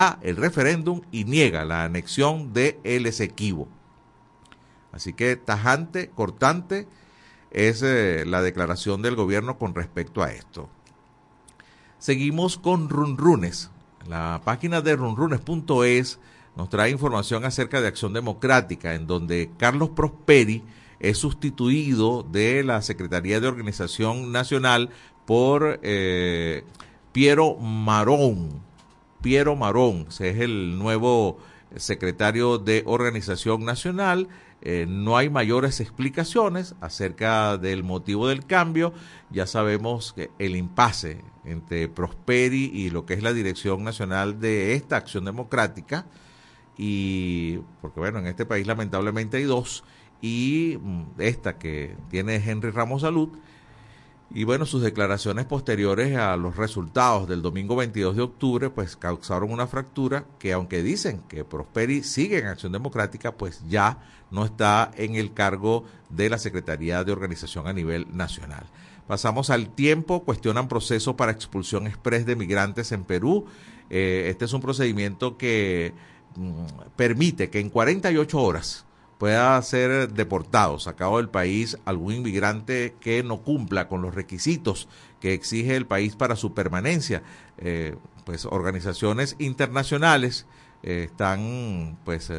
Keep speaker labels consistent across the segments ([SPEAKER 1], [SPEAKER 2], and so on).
[SPEAKER 1] el referéndum y niega la anexión de El Esequibo. Así que tajante, cortante es la declaración del gobierno con respecto a esto. Seguimos con Runrunes. La página de runrunes.es nos trae información acerca de Acción Democrática, en donde Carlos Prosperi es sustituido de la Secretaría de Organización Nacional por Piero Marón. Piero Marón es el nuevo secretario de Organización Nacional. No hay mayores explicaciones acerca del motivo del cambio. Ya sabemos que el impasse entre Prosperi y lo que es la Dirección Nacional de esta Acción Democrática, y porque bueno, en este país lamentablemente hay dos, y esta que tiene Henry Ramos Salud, y bueno, sus declaraciones posteriores a los resultados del domingo 22 de octubre, pues causaron una fractura que, aunque dicen que Prosperi sigue en Acción Democrática, pues ya no está en el cargo de la Secretaría de Organización a nivel nacional. Pasamos al Tiempo. Cuestionan proceso para expulsión express de migrantes en Perú. Este es un procedimiento que permite que en 48 horas pueda ser deportado, sacado del país algún inmigrante que no cumpla con los requisitos que exige el país para su permanencia. Pues organizaciones internacionales están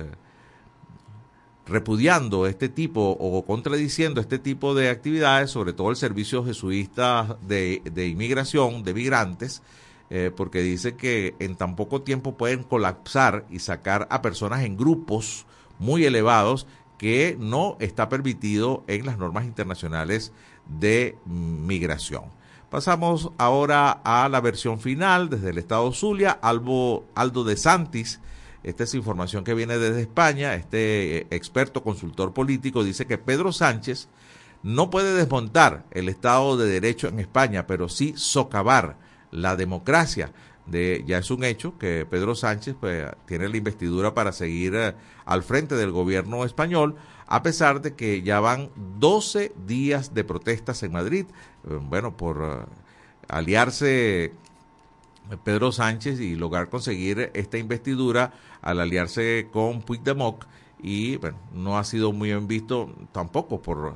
[SPEAKER 1] repudiando este tipo o contradiciendo este tipo de actividades, sobre todo el Servicio Jesuita de Inmigración, de migrantes, porque dice que en tan poco tiempo pueden colapsar y sacar a personas en grupos muy elevados, que no está permitido en las normas internacionales de migración. Pasamos ahora a la versión final desde el estado Zulia. Aldo de Santis, esta es información que viene desde España. Este experto consultor político dice que Pedro Sánchez no puede desmontar el Estado de Derecho en España, pero sí socavar la democracia. Ya es un hecho que Pedro Sánchez tiene la investidura para seguir al frente del gobierno español, a pesar de que ya van 12 días de protestas en Madrid, por aliarse Pedro Sánchez y lograr conseguir esta investidura al aliarse con Puigdemont, y no ha sido muy bien visto tampoco por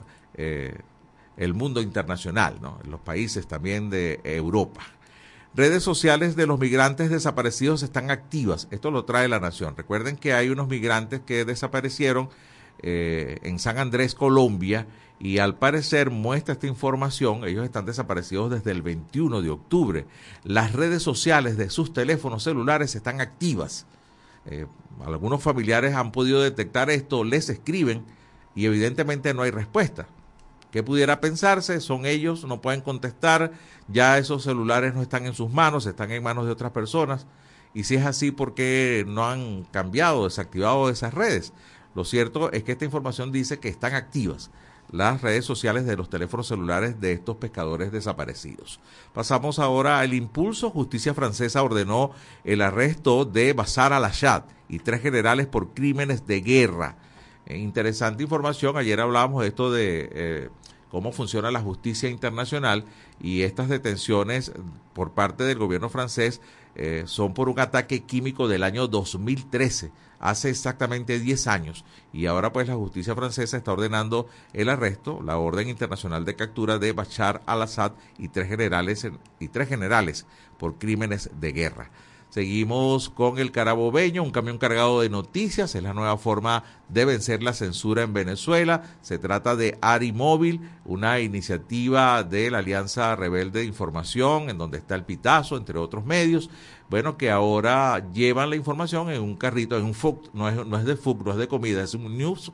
[SPEAKER 1] el mundo internacional, ¿no? En los países también de Europa. Redes sociales de los migrantes desaparecidos están activas. Esto lo trae La Nación. Recuerden que hay unos migrantes que desaparecieron en San Andrés, Colombia, y al parecer muestra esta información, ellos están desaparecidos desde el 21 de octubre. Las redes sociales de sus teléfonos celulares están activas. Algunos familiares han podido detectar esto, les escriben y evidentemente no hay respuesta. ¿Qué pudiera pensarse? Son ellos, no pueden contestar, ya esos celulares no están en sus manos, están en manos de otras personas. Y si es así, ¿por qué no han cambiado, desactivado esas redes? Lo cierto es que esta información dice que están activas las redes sociales de los teléfonos celulares de estos pescadores desaparecidos. Pasamos ahora al Impulso. Justicia francesa ordenó el arresto de Bashar al-Assad y 3 generales por crímenes de guerra. Interesante información. Ayer hablábamos de esto de cómo funciona la justicia internacional, y estas detenciones por parte del gobierno francés son por un ataque químico del año 2013, hace exactamente 10 años, y ahora pues la justicia francesa está ordenando el arresto, la orden internacional de captura de Bashar al-Assad y tres generales por crímenes de guerra. Seguimos con el Carabobeño, un camión cargado de noticias, es la nueva forma de vencer la censura en Venezuela. Se trata de Ari Móvil, una iniciativa de la Alianza Rebelde de Información, en donde está El Pitazo, entre otros medios, que ahora llevan la información en un carrito, en un FUC, no es de FUC, no es de comida, es un news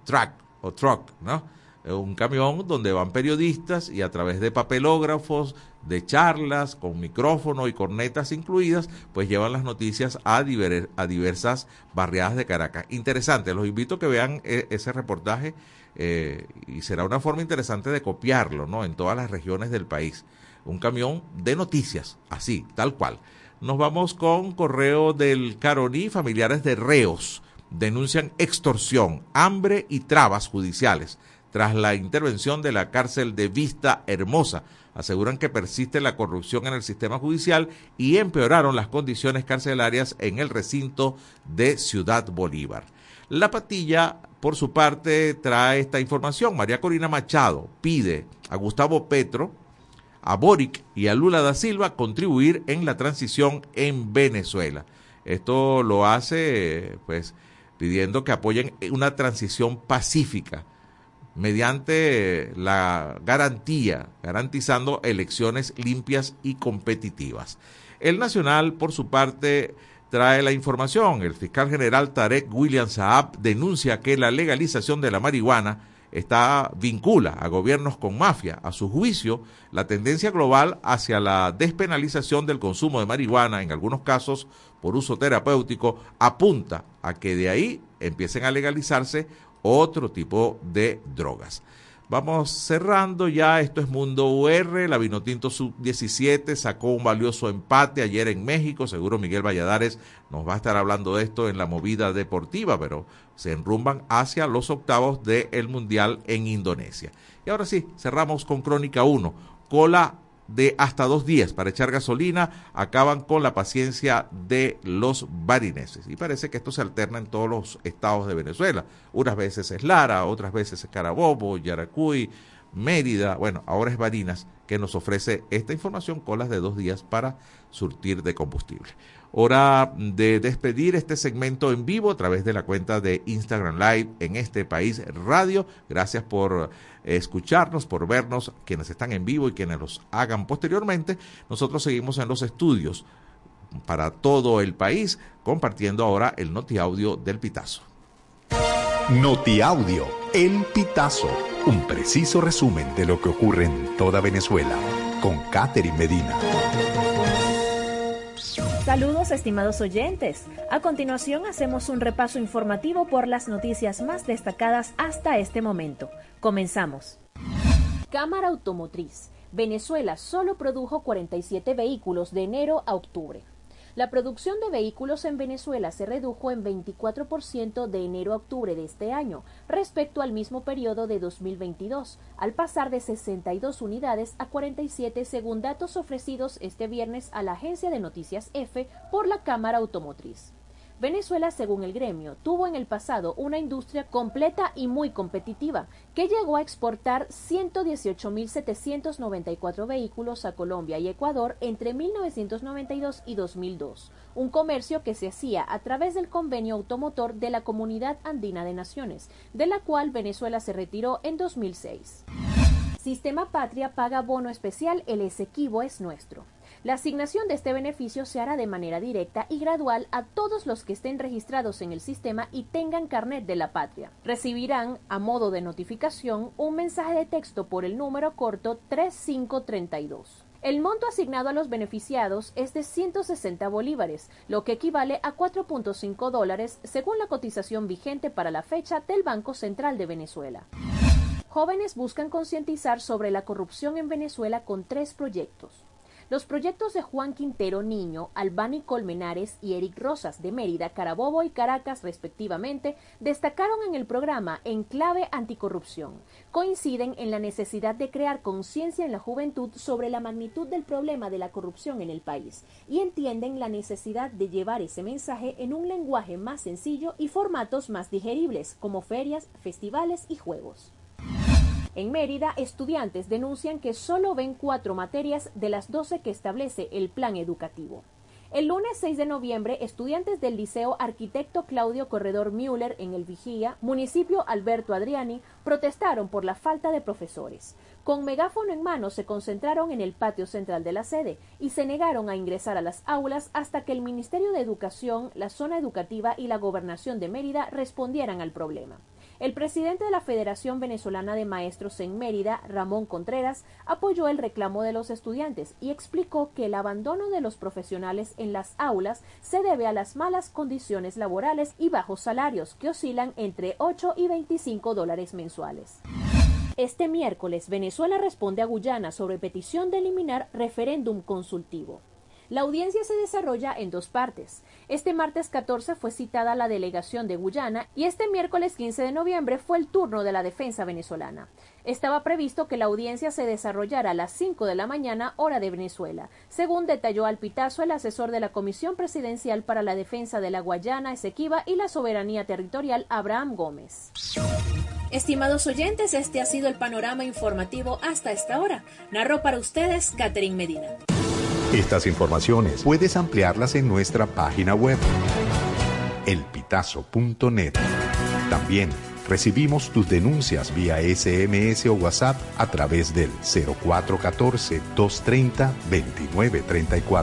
[SPEAKER 1] truck, ¿no? Un camión donde van periodistas y a través de papelógrafos, de charlas, con micrófono y cornetas incluidas, pues llevan las noticias a diversas barriadas de Caracas. Interesante, los invito a que vean ese reportaje y será una forma interesante de copiarlo, ¿no? En todas las regiones del país. Un camión de noticias, así, tal cual. Nos vamos con correo del Caroní. Familiares de reos denuncian extorsión, hambre y trabas judiciales tras la intervención de la cárcel de Vista Hermosa. aseguran que persiste la corrupción en el sistema judicial y empeoraron las condiciones carcelarias en el recinto de Ciudad Bolívar. La Patilla, por su parte, trae esta información. María Corina Machado pide a Gustavo Petro, a Boric y a Lula da Silva contribuir en la transición en Venezuela. Esto lo hace, pues, pidiendo que apoyen una transición pacífica mediante la garantizando elecciones limpias y competitivas. El Nacional, por su parte, trae la información. El fiscal general Tarek William Saab denuncia que la legalización de la marihuana vincula a gobiernos con mafia. A su juicio, la tendencia global hacia la despenalización del consumo de marihuana, en algunos casos por uso terapéutico, apunta a que de ahí empiecen a legalizarse otro tipo de drogas. Vamos cerrando ya, esto es Mundo UR. La Vinotinto Sub-17 sacó un valioso empate ayer en México. Seguro Miguel Valladares nos va a estar hablando de esto en la movida deportiva, pero se enrumban hacia los octavos del Mundial en Indonesia. Y ahora sí, cerramos con Crónica 1. Cola de hasta 2 días para echar gasolina, acaban con la paciencia de los barineses. Y parece que esto se alterna en todos los estados de Venezuela. Unas veces es Lara, otras veces es Carabobo, Yaracuy, Mérida. Bueno, ahora es Barinas que nos ofrece esta información, colas de 2 días para surtir de combustible. Hora de despedir este segmento en vivo a través de la cuenta de Instagram Live en Este País Radio. Gracias por escucharnos, por vernos, quienes están en vivo y quienes los hagan posteriormente. Nosotros seguimos en los estudios para todo el país, compartiendo ahora el Notiaudio del Pitazo.
[SPEAKER 2] Notiaudio, El Pitazo, un preciso resumen de lo que ocurre en toda Venezuela, con Catherine Medina.
[SPEAKER 3] Saludos, estimados oyentes. A continuación hacemos un repaso informativo por las noticias más destacadas hasta este momento. Comenzamos. Cámara Automotriz. Venezuela solo produjo 47 vehículos de enero a octubre. La producción de vehículos en Venezuela se redujo en 24% de enero a octubre de este año, respecto al mismo periodo de 2022, al pasar de 62 unidades a 47 según datos ofrecidos este viernes a la agencia de noticias EFE por la Cámara Automotriz. Venezuela, según el gremio, tuvo en el pasado una industria completa y muy competitiva, que llegó a exportar 118.794 vehículos a Colombia y Ecuador entre 1992 y 2002, un comercio que se hacía a través del convenio automotor de la Comunidad Andina de Naciones, de la cual Venezuela se retiró en 2006. Sistema Patria paga bono especial, el Esequibo es nuestro. La asignación de este beneficio se hará de manera directa y gradual a todos los que estén registrados en el sistema y tengan carnet de la patria. Recibirán, a modo de notificación, un mensaje de texto por el número corto 3532. El monto asignado a los beneficiados es de 160 bolívares, lo que equivale a $4.5 según la cotización vigente para la fecha del Banco Central de Venezuela. Jóvenes buscan concientizar sobre la corrupción en Venezuela con 3 proyectos. Los proyectos de Juan Quintero Niño, Albani Colmenares y Eric Rosas de Mérida, Carabobo y Caracas respectivamente destacaron en el programa Enclave Anticorrupción. Coinciden en la necesidad de crear conciencia en la juventud sobre la magnitud del problema de la corrupción en el país y entienden la necesidad de llevar ese mensaje en un lenguaje más sencillo y formatos más digeribles como ferias, festivales y juegos. En Mérida, estudiantes denuncian que solo ven 4 materias de las 12 que establece el plan educativo. El lunes 6 de noviembre, estudiantes del Liceo Arquitecto Claudio Corredor Müller en El Vigía, municipio Alberto Adriani, protestaron por la falta de profesores. Con megáfono en mano se concentraron en el patio central de la sede y se negaron a ingresar a las aulas hasta que el Ministerio de Educación, la zona educativa y la Gobernación de Mérida respondieran al problema. El presidente de la Federación Venezolana de Maestros en Mérida, Ramón Contreras, apoyó el reclamo de los estudiantes y explicó que el abandono de los profesionales en las aulas se debe a las malas condiciones laborales y bajos salarios que oscilan entre 8 y $25 mensuales. Este miércoles, Venezuela responde a Guyana sobre petición de eliminar referéndum consultivo. La audiencia se desarrolla en dos partes. Este martes 14 fue citada la delegación de Guyana y este miércoles 15 de noviembre fue el turno de la defensa venezolana. Estaba previsto que la audiencia se desarrollara a las 5 de la mañana, hora de Venezuela, según detalló al pitazo el asesor de la Comisión Presidencial para la Defensa de la Guayana Esequiba y la Soberanía Territorial, Abraham Gómez. Estimados oyentes, este ha sido el panorama informativo hasta esta hora. Narró para ustedes Catherine Medina.
[SPEAKER 2] Estas informaciones puedes ampliarlas en nuestra página web, elpitazo.net. También recibimos tus denuncias vía SMS o WhatsApp a través del 0414-230-2934.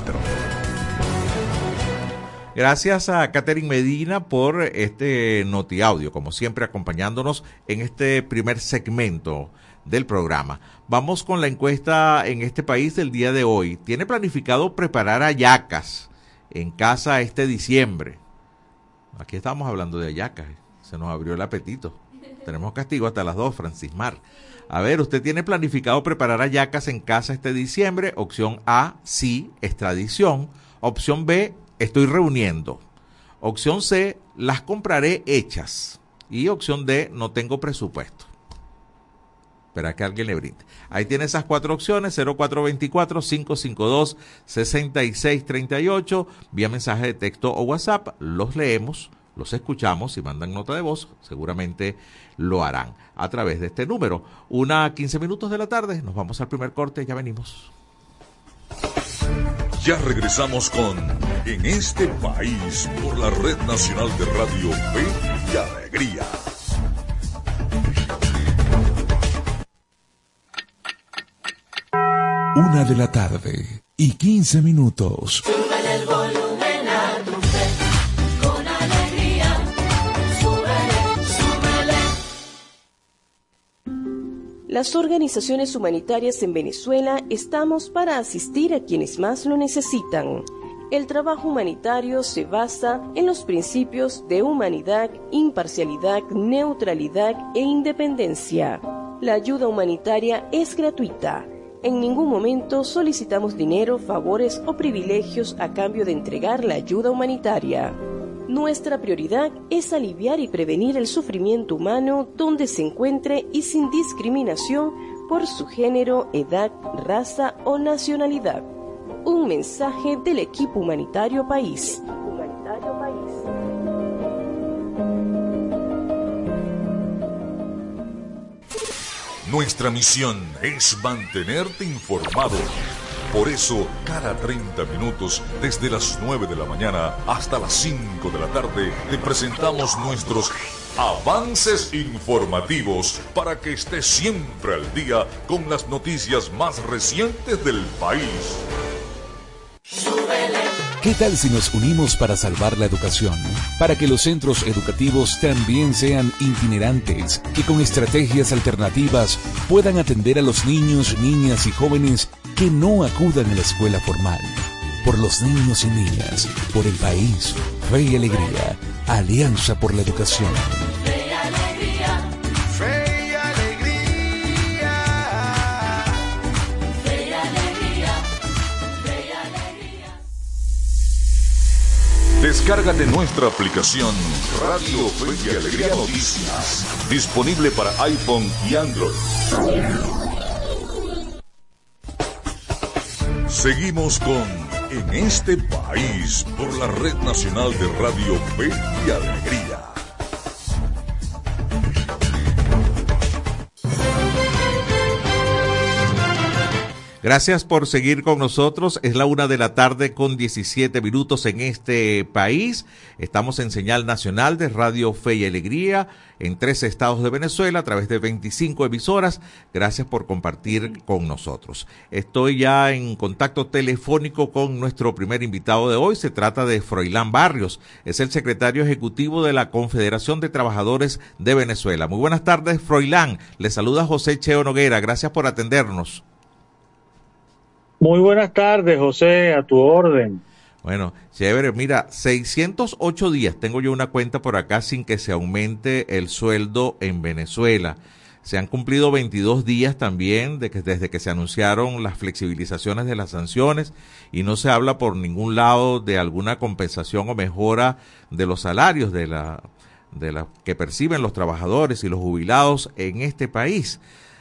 [SPEAKER 1] Gracias a Catherine Medina por este notiaudio, como siempre acompañándonos en este primer segmento del programa. Vamos con la encuesta en este país del día de hoy. ¿Tiene planificado preparar hallacas en casa este diciembre? Aquí estamos hablando de hallacas. Se nos abrió el apetito. Tenemos castigo hasta las 2, Francismar. A ver, ¿usted tiene planificado preparar hallacas en casa este diciembre? Opción A, sí, es tradición. Opción B, estoy reuniendo. Opción C, las compraré hechas. Y opción D, no tengo presupuesto. Espera que alguien le brinde. Ahí tiene esas 4 opciones, 0424-552-6638, vía mensaje de texto o WhatsApp. Los leemos, los escuchamos. Si mandan nota de voz, seguramente lo harán a través de este número. 1:15 de la tarde, nos vamos al primer corte, ya venimos.
[SPEAKER 4] Ya regresamos con En este país por la Red Nacional de Radio Fe y Alegría.
[SPEAKER 5] Una de la tarde y 15 minutos.
[SPEAKER 6] Súbele el volumen a tu fe, con alegría. Súbele, súbele.
[SPEAKER 7] Las organizaciones humanitarias en Venezuela estamos para asistir a quienes más lo necesitan. El trabajo humanitario se basa en los principios de humanidad, imparcialidad, neutralidad e independencia. La ayuda humanitaria es gratuita. En ningún momento solicitamos dinero, favores o privilegios a cambio de entregar la ayuda humanitaria. Nuestra prioridad es aliviar y prevenir el sufrimiento humano donde se encuentre y sin discriminación por su género, edad, raza o nacionalidad. Un mensaje del equipo humanitario País.
[SPEAKER 4] Nuestra misión es mantenerte informado. Por eso, cada 30 minutos, desde las 9 de la mañana hasta las 5 de la tarde, te presentamos nuestros avances informativos para que estés siempre al día con las noticias más recientes del país.
[SPEAKER 5] ¿Qué tal si nos unimos para salvar la educación? Para que los centros educativos también sean itinerantes, que con estrategias alternativas puedan atender a los niños, niñas y jóvenes que no acudan a la escuela formal. Por los niños y niñas, por el país, Fe y Alegría, Alianza por la Educación.
[SPEAKER 6] Fe y alegría.
[SPEAKER 8] Fe y alegría.
[SPEAKER 6] Fe y alegría. Fe y alegría.
[SPEAKER 4] Descárgate nuestra aplicación Radio Fe y Alegría Noticias, disponible para iPhone y Android. Seguimos con En este país por la Red Nacional de Radio Fe y Alegría.
[SPEAKER 1] Gracias por seguir con nosotros. Es la 1 de la tarde con 17 minutos en este país. Estamos en señal nacional de Radio Fe y Alegría en 13 estados de Venezuela a través de 25 emisoras. Gracias por compartir con nosotros. Estoy ya en contacto telefónico con nuestro primer invitado de hoy. Se trata de Froilán Barrios. Es el secretario ejecutivo de la Confederación de Trabajadores de Venezuela. Muy buenas tardes, Froilán. Le saluda José Cheo Noguera. Gracias por atendernos.
[SPEAKER 9] Muy buenas tardes, José, a tu orden.
[SPEAKER 1] Bueno, chévere, mira, 608 días, tengo yo una cuenta por acá sin que se aumente el sueldo en Venezuela. Se han cumplido 22 días también desde que se anunciaron las flexibilizaciones de las sanciones y no se habla por ningún lado de alguna compensación o mejora de los salarios de la que perciben los trabajadores y los jubilados en este país.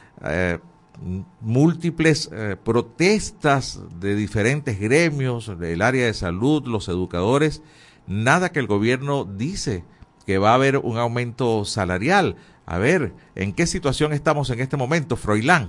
[SPEAKER 1] Múltiples protestas de diferentes gremios, del área de salud, los educadores, nada que el gobierno dice que va a haber un aumento salarial. A ver, ¿en qué situación estamos en este momento, Froilán?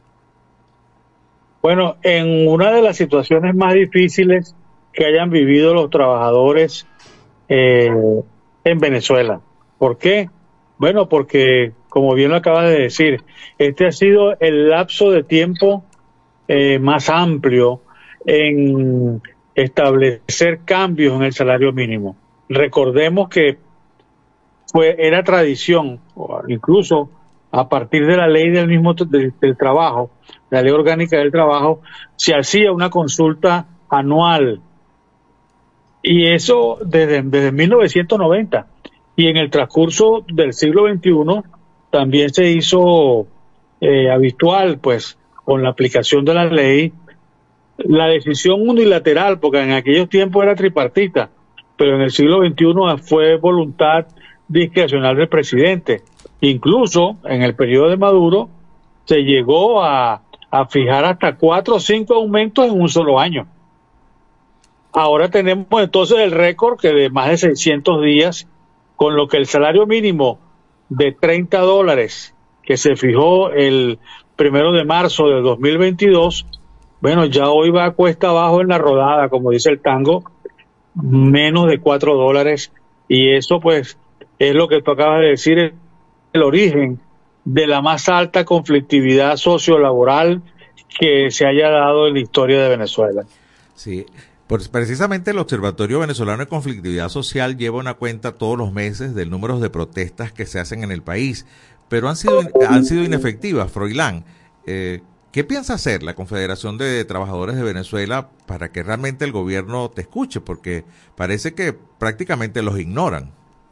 [SPEAKER 9] Bueno, en una de las situaciones más difíciles que hayan vivido los trabajadores en Venezuela. ¿Por qué? Bueno, porque, como bien lo acabas de decir, este ha sido el lapso de tiempo más amplio en establecer cambios en el salario mínimo. Recordemos que era tradición, incluso a partir de la ley del trabajo, la ley orgánica del trabajo, se hacía una consulta anual. Y eso desde 1990. Y en el transcurso del siglo XXI también se hizo habitual, pues, con la aplicación de la ley, la decisión unilateral, porque en aquellos tiempos era tripartita, pero en el siglo XXI fue voluntad discrecional del presidente. Incluso en el periodo de Maduro se llegó a fijar hasta 4 o 5 aumentos en un solo año. Ahora tenemos entonces el récord que de más de 600 días, con lo que el salario mínimo de $30 que se fijó el 1 de marzo de 2022, bueno, ya hoy va a cuesta abajo en la rodada, como dice el tango, menos de $4, y eso pues es lo que tú acabas de decir, el origen de la más alta conflictividad sociolaboral que se haya dado en la historia de Venezuela.
[SPEAKER 1] Sí, pues precisamente el Observatorio Venezolano de Conflictividad Social lleva una cuenta todos los meses del número de protestas que se hacen en el país, pero han sido inefectivas, Froilán. ¿Qué piensa hacer la Confederación de Trabajadores de Venezuela para que realmente el gobierno te escuche? Porque parece que prácticamente los ignoran.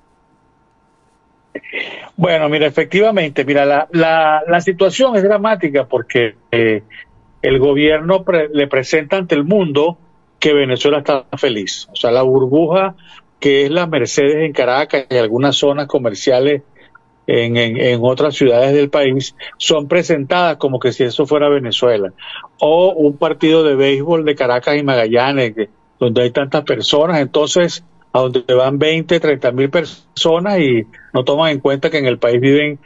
[SPEAKER 9] Bueno, mira, efectivamente, la situación es dramática porque el gobierno le presenta ante el mundo que Venezuela está feliz. O sea, la burbuja que es la Mercedes en Caracas y algunas zonas comerciales en otras ciudades del país son presentadas como que si eso fuera Venezuela. O un partido de béisbol de Caracas y Magallanes, donde hay tantas personas, entonces a donde van 20, 30 mil personas y no toman en cuenta que en el país viven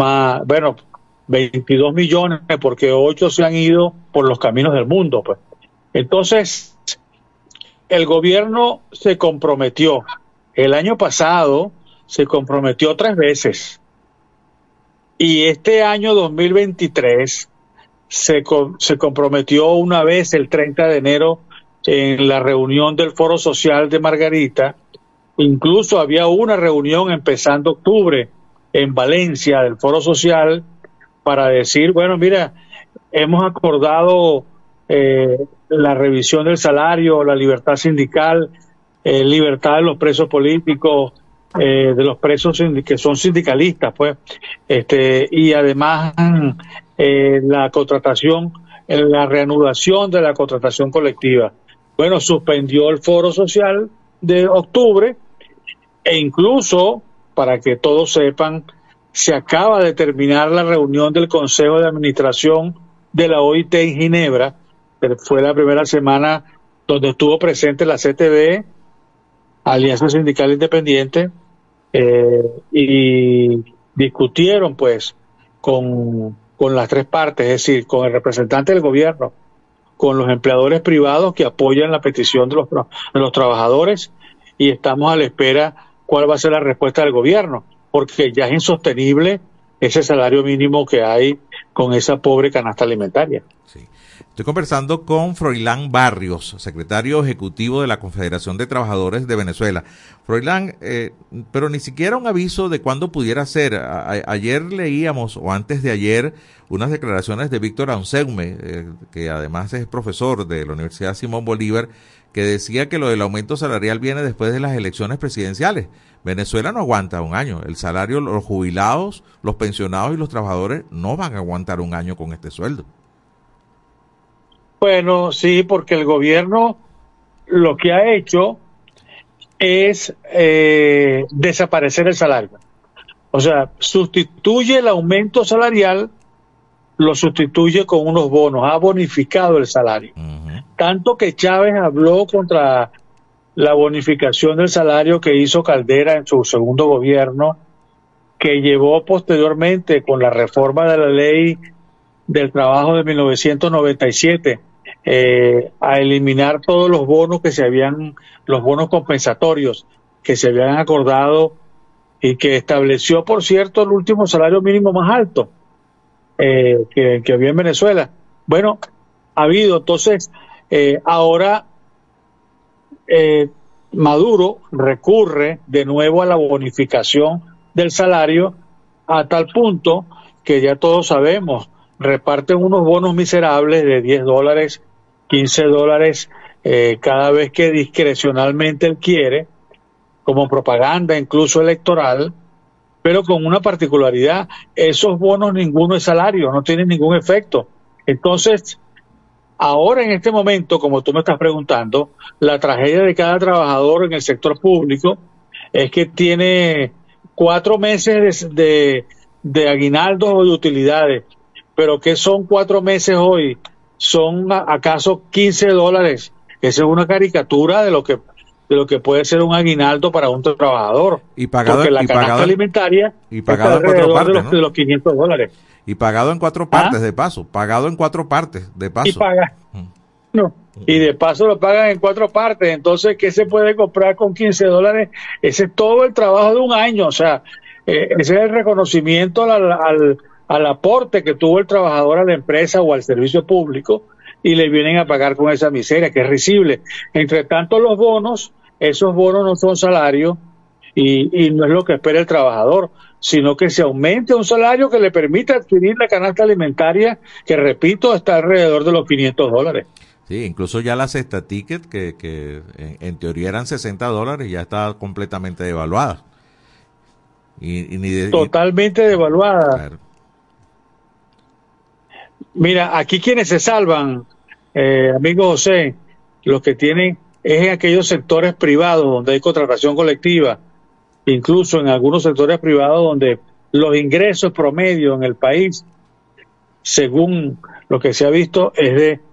[SPEAKER 9] 22 millones, porque 8 se han ido por los caminos del mundo, pues. Entonces, el gobierno se comprometió, el año pasado se comprometió 3 veces, y este año 2023 se comprometió una vez el 30 de enero en la reunión del Foro Social de Margarita. Incluso había una reunión empezando octubre en Valencia del Foro Social para decir, bueno, mira, hemos acordado la revisión del salario, la libertad sindical, libertad de los presos políticos, de los presos que son sindicalistas, pues, y además la contratación, la reanudación de la contratación colectiva. Bueno, suspendió el Foro Social de octubre e incluso, para que todos sepan, se acaba de terminar la reunión del Consejo de Administración de la OIT en Ginebra. Fue la primera semana donde estuvo presente la CTB, Alianza Sindical Independiente, y discutieron pues con las 3 partes, es decir, con el representante del gobierno, con los empleadores privados que apoyan la petición de los trabajadores, y estamos a la espera cuál va a ser la respuesta del gobierno, porque ya es insostenible ese salario mínimo que hay con esa pobre canasta alimentaria.
[SPEAKER 1] Sí. Estoy conversando con Froilán Barrios, secretario ejecutivo de la Confederación de Trabajadores de Venezuela. Froilán, pero ni siquiera un aviso de cuándo pudiera ser. Ayer leíamos, o antes de ayer, unas declaraciones de Víctor Anseume, que además es profesor de la Universidad Simón Bolívar, que decía que lo del aumento salarial viene después de las elecciones presidenciales. Venezuela no aguanta un año. El salario, los jubilados, los pensionados y los trabajadores no van a aguantar un año con este sueldo.
[SPEAKER 9] Bueno, sí, porque el gobierno lo que ha hecho es desaparecer el salario. O sea, sustituye el aumento salarial, lo sustituye con unos bonos, ha bonificado el salario. Tanto que Chávez habló contra la bonificación del salario que hizo Caldera en su segundo gobierno, que llevó posteriormente con la reforma de la ley del trabajo de 1997 a eliminar todos los bonos los bonos compensatorios que se habían acordado y que estableció, por cierto, el último salario mínimo más alto que había en Venezuela. Bueno, ha habido, entonces, ahora Maduro recurre de nuevo a la bonificación del salario a tal punto que ya todos sabemos, reparten unos bonos miserables de $10, $15 cada vez que discrecionalmente él quiere, como propaganda incluso electoral, pero con una particularidad: esos bonos ninguno es salario, no tienen ningún efecto. Entonces, ahora en este momento, como tú me estás preguntando, la tragedia de cada trabajador en el sector público es que tiene 4 meses de aguinaldos o de utilidades. Pero ¿qué son 4 meses hoy? ¿Son acaso $15? Esa es una caricatura de lo que puede ser un aguinaldo para un trabajador.
[SPEAKER 1] Y pagado,
[SPEAKER 9] porque la canasta alimentaria
[SPEAKER 1] y pagado
[SPEAKER 9] está
[SPEAKER 1] en 4
[SPEAKER 9] alrededor
[SPEAKER 1] partes,
[SPEAKER 9] de los $500.
[SPEAKER 1] Y pagado en 4 partes de paso. Pagado en 4 partes de paso.
[SPEAKER 9] Y de paso lo pagan en 4 partes. Entonces, ¿qué se puede comprar con $15? Ese es todo el trabajo de un año. O sea, ese es el reconocimiento al aporte que tuvo el trabajador a la empresa o al servicio público, y le vienen a pagar con esa miseria, que es risible. Entre tanto, los bonos, esos bonos no son salario y no es lo que espera el trabajador, sino que se aumente un salario que le permita adquirir la canasta alimentaria, que, repito, está alrededor de los $500.
[SPEAKER 1] Sí, incluso ya la cesta ticket, que en teoría eran $60, ya está completamente devaluada.
[SPEAKER 9] Totalmente devaluada.
[SPEAKER 1] Claro.
[SPEAKER 9] Mira, aquí quienes se salvan, amigo José, los que tienen es en aquellos sectores privados donde hay contratación colectiva, incluso en algunos sectores privados donde los ingresos promedio en el país, según lo que se ha visto, es de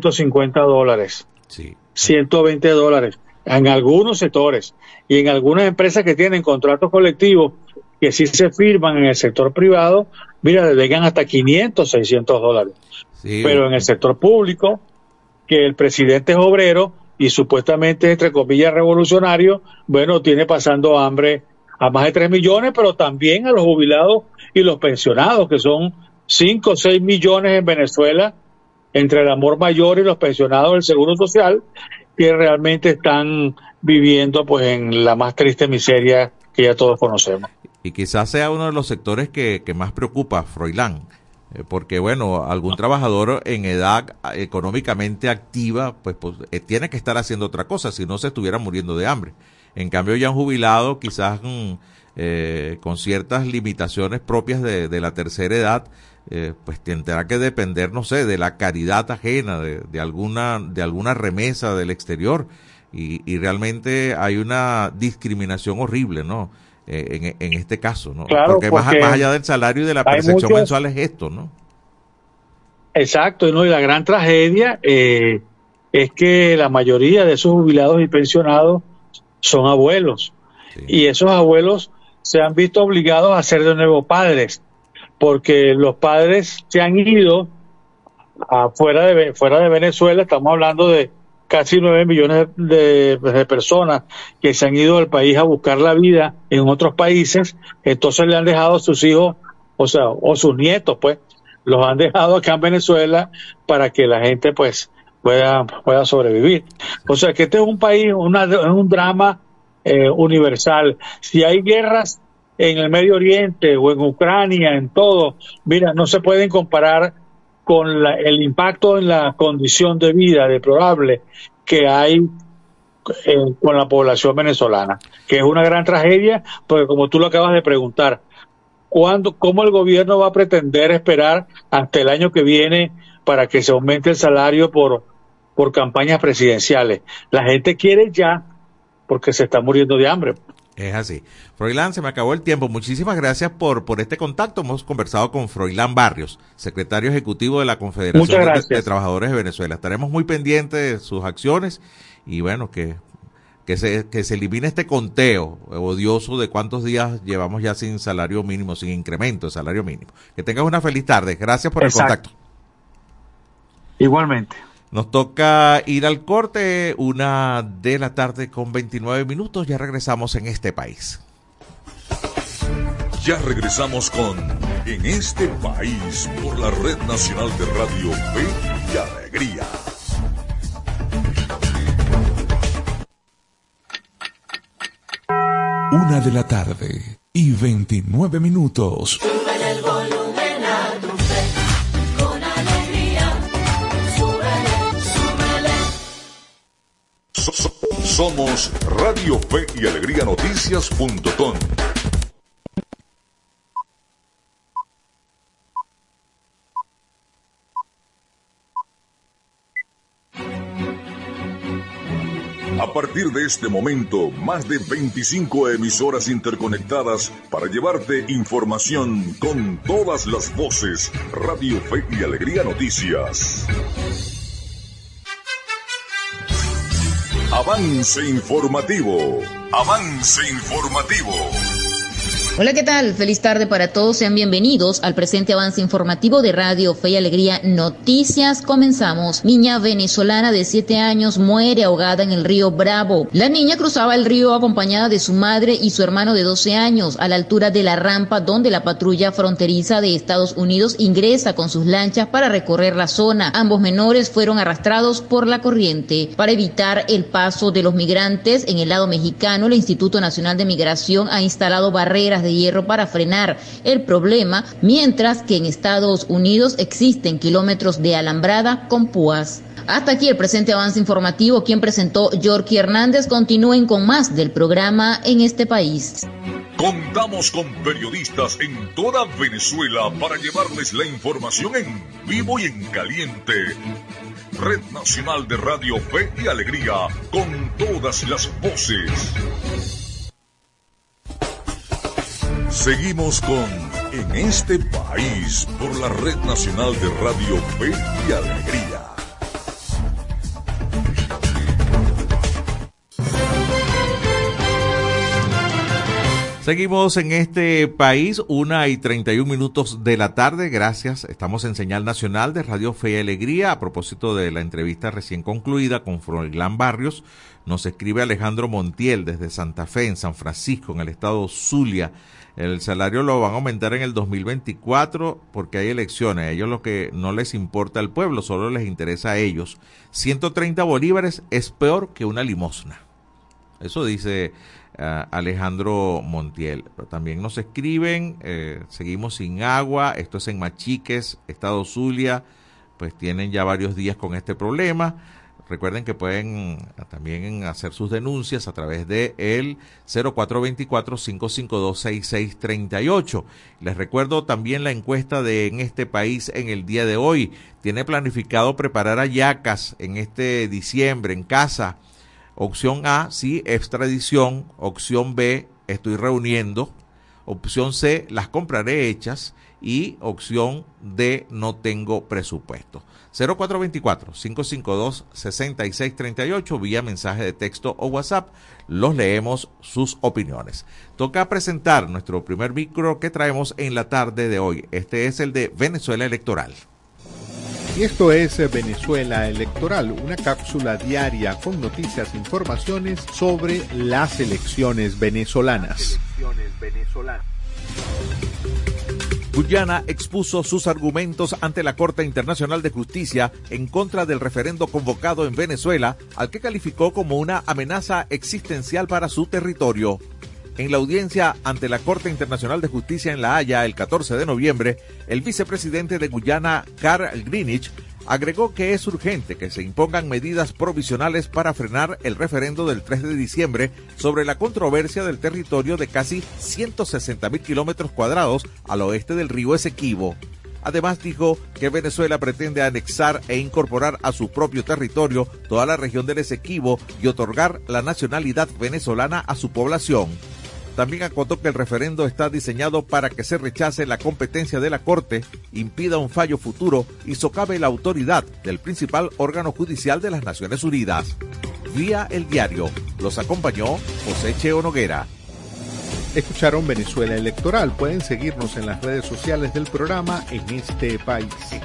[SPEAKER 9] $150,
[SPEAKER 1] sí,
[SPEAKER 9] $120 en algunos sectores, y en algunas empresas que tienen contratos colectivos que sí se firman en el sector privado, mira, le llegan hasta $500, $600.
[SPEAKER 1] Sí,
[SPEAKER 9] pero en el sector público, que el presidente es obrero y supuestamente, entre comillas, revolucionario, bueno, tiene pasando hambre a más de 3 millones, pero también a los jubilados y los pensionados, que son 5 o 6 millones en Venezuela, entre el amor mayor y los pensionados del Seguro Social, que realmente están viviendo pues en la más triste miseria que ya todos conocemos.
[SPEAKER 1] Y quizás sea uno de los sectores que más preocupa, Froilán, porque bueno, algún trabajador en edad económicamente activa pues tiene que estar haciendo otra cosa, si no se estuviera muriendo de hambre. En cambio, ya un jubilado quizás con ciertas limitaciones propias de la tercera edad, pues tendrá que depender, no sé, de la caridad ajena, de alguna remesa del exterior, y realmente hay una discriminación horrible, ¿no? En este caso, ¿no?
[SPEAKER 9] Claro,
[SPEAKER 1] porque más allá del salario y de la percepción mensual es esto, ¿no?
[SPEAKER 9] Exacto, ¿no? Y la gran tragedia es que la mayoría de esos jubilados y pensionados son abuelos, sí. Y esos abuelos se han visto obligados a ser de nuevo padres, porque los padres se han ido fuera de Venezuela. Estamos hablando de casi 9 millones de personas que se han ido del país a buscar la vida en otros países. Entonces le han dejado a sus hijos, o sus nietos, pues, los han dejado acá en Venezuela para que la gente pues pueda sobrevivir. O sea que este es un país, un drama universal. Si hay guerras en el Medio Oriente o en Ucrania, en todo, mira, no se pueden comparar con el impacto en la condición de vida deplorable que hay con la población venezolana, que es una gran tragedia, porque como tú lo acabas de preguntar, ¿cómo el gobierno va a pretender esperar hasta el año que viene para que se aumente el salario por campañas presidenciales? La gente quiere ya, porque se está muriendo de hambre.
[SPEAKER 1] Es así. Froilán, se me acabó el tiempo. Muchísimas gracias por este contacto. Hemos conversado con Froilán Barrios, secretario ejecutivo de la Confederación de Trabajadores de Venezuela. Estaremos muy pendientes de sus acciones y bueno, que se elimine este conteo odioso de cuántos días llevamos ya sin salario mínimo, sin incremento de salario mínimo. Que tengas una feliz tarde. Gracias por el contacto.
[SPEAKER 9] Igualmente.
[SPEAKER 1] Nos toca ir al corte, 1:00 p.m. con 29 minutos. Ya regresamos en este país.
[SPEAKER 4] Ya regresamos con En este país por la Red Nacional de Radio Fe y Alegría.
[SPEAKER 5] Una de la tarde y 29 minutos.
[SPEAKER 6] Súbele el volumen a tu fe, con alegría. Súbele.
[SPEAKER 4] Somos Radio Fe y Alegría Noticias.com. A partir de este momento, más de 25 emisoras interconectadas para llevarte información con todas las voces. Radio Fe y Alegría Noticias. Avance informativo. Avance informativo.
[SPEAKER 10] Hola, ¿qué tal? Feliz tarde para todos. Sean bienvenidos al presente avance informativo de Radio Fe y Alegría Noticias. Comenzamos. Niña venezolana de 7 años muere ahogada en el río Bravo. La niña cruzaba el río acompañada de su madre y su hermano de 12 años a la altura de la rampa donde la patrulla fronteriza de Estados Unidos ingresa con sus lanchas para recorrer la zona. Ambos menores fueron arrastrados por la corriente. Para evitar el paso de los migrantes en el lado mexicano, el Instituto Nacional de Migración ha instalado barreras de hierro para frenar el problema, mientras que en Estados Unidos existen kilómetros de alambrada con púas. Hasta aquí el presente avance informativo. Quien presentó Yorky Hernández. Continúen con más del programa En este país.
[SPEAKER 4] Contamos con periodistas en toda Venezuela para llevarles la información en vivo y en caliente. Red Nacional de Radio Fe y Alegría, con todas las voces. Seguimos con En este país por la Red Nacional de Radio Fe y Alegría.
[SPEAKER 1] Seguimos en este país, 1:31 de la tarde. Gracias. Estamos en señal nacional de Radio Fe y Alegría. A propósito de la entrevista recién concluida con Froilán Barrios, nos escribe Alejandro Montiel desde Santa Fe, en San Francisco, en el estado Zulia. El salario lo van a aumentar en el 2024 porque hay elecciones. A ellos lo que no les importa al pueblo, solo les interesa a ellos. 130 bolívares es peor que una limosna. Eso dice Alejandro Montiel. Pero también nos escriben, seguimos sin agua. Esto es en Machiques, estado Zulia. Pues tienen ya varios días con este problema. Recuerden que pueden también hacer sus denuncias a través de el 0424-552-6638. Les recuerdo también la encuesta de En este país en el día de hoy. Tiene planificado preparar hallacas en este diciembre en casa. Opción A, sí, extradición. Opción B, estoy reuniendo. Opción C, las compraré hechas. Y opción D, no tengo presupuesto. 0424-552-6638 vía mensaje de texto o WhatsApp. Los leemos sus opiniones. Toca presentar nuestro primer micro que traemos en la tarde de hoy. Este es el de Venezuela Electoral.
[SPEAKER 11] Y esto es Venezuela Electoral, una cápsula diaria con noticias e informaciones sobre las elecciones venezolanas.
[SPEAKER 1] Guyana expuso sus argumentos ante la Corte Internacional de Justicia en contra del referendo convocado en Venezuela, al que calificó como una amenaza existencial para su territorio. En la audiencia ante la Corte Internacional de Justicia en La Haya el 14 de noviembre, el vicepresidente de Guyana, Carl Greenwich, agregó que es urgente que se impongan medidas provisionales para frenar el referendo del 3 de diciembre sobre la controversia del territorio de casi 160.000 kilómetros cuadrados al oeste del río Esequibo. Además dijo que Venezuela pretende anexar e incorporar a su propio territorio toda la región del Esequibo y otorgar la nacionalidad venezolana a su población. También acotó que el referendo está diseñado para que se rechace la competencia de la Corte, impida un fallo futuro y socave la autoridad del principal órgano judicial de las Naciones Unidas. Vía El Diario, los acompañó José Cheo Noguera.
[SPEAKER 11] Escucharon Venezuela Electoral. Pueden seguirnos en las redes sociales del programa En Este País.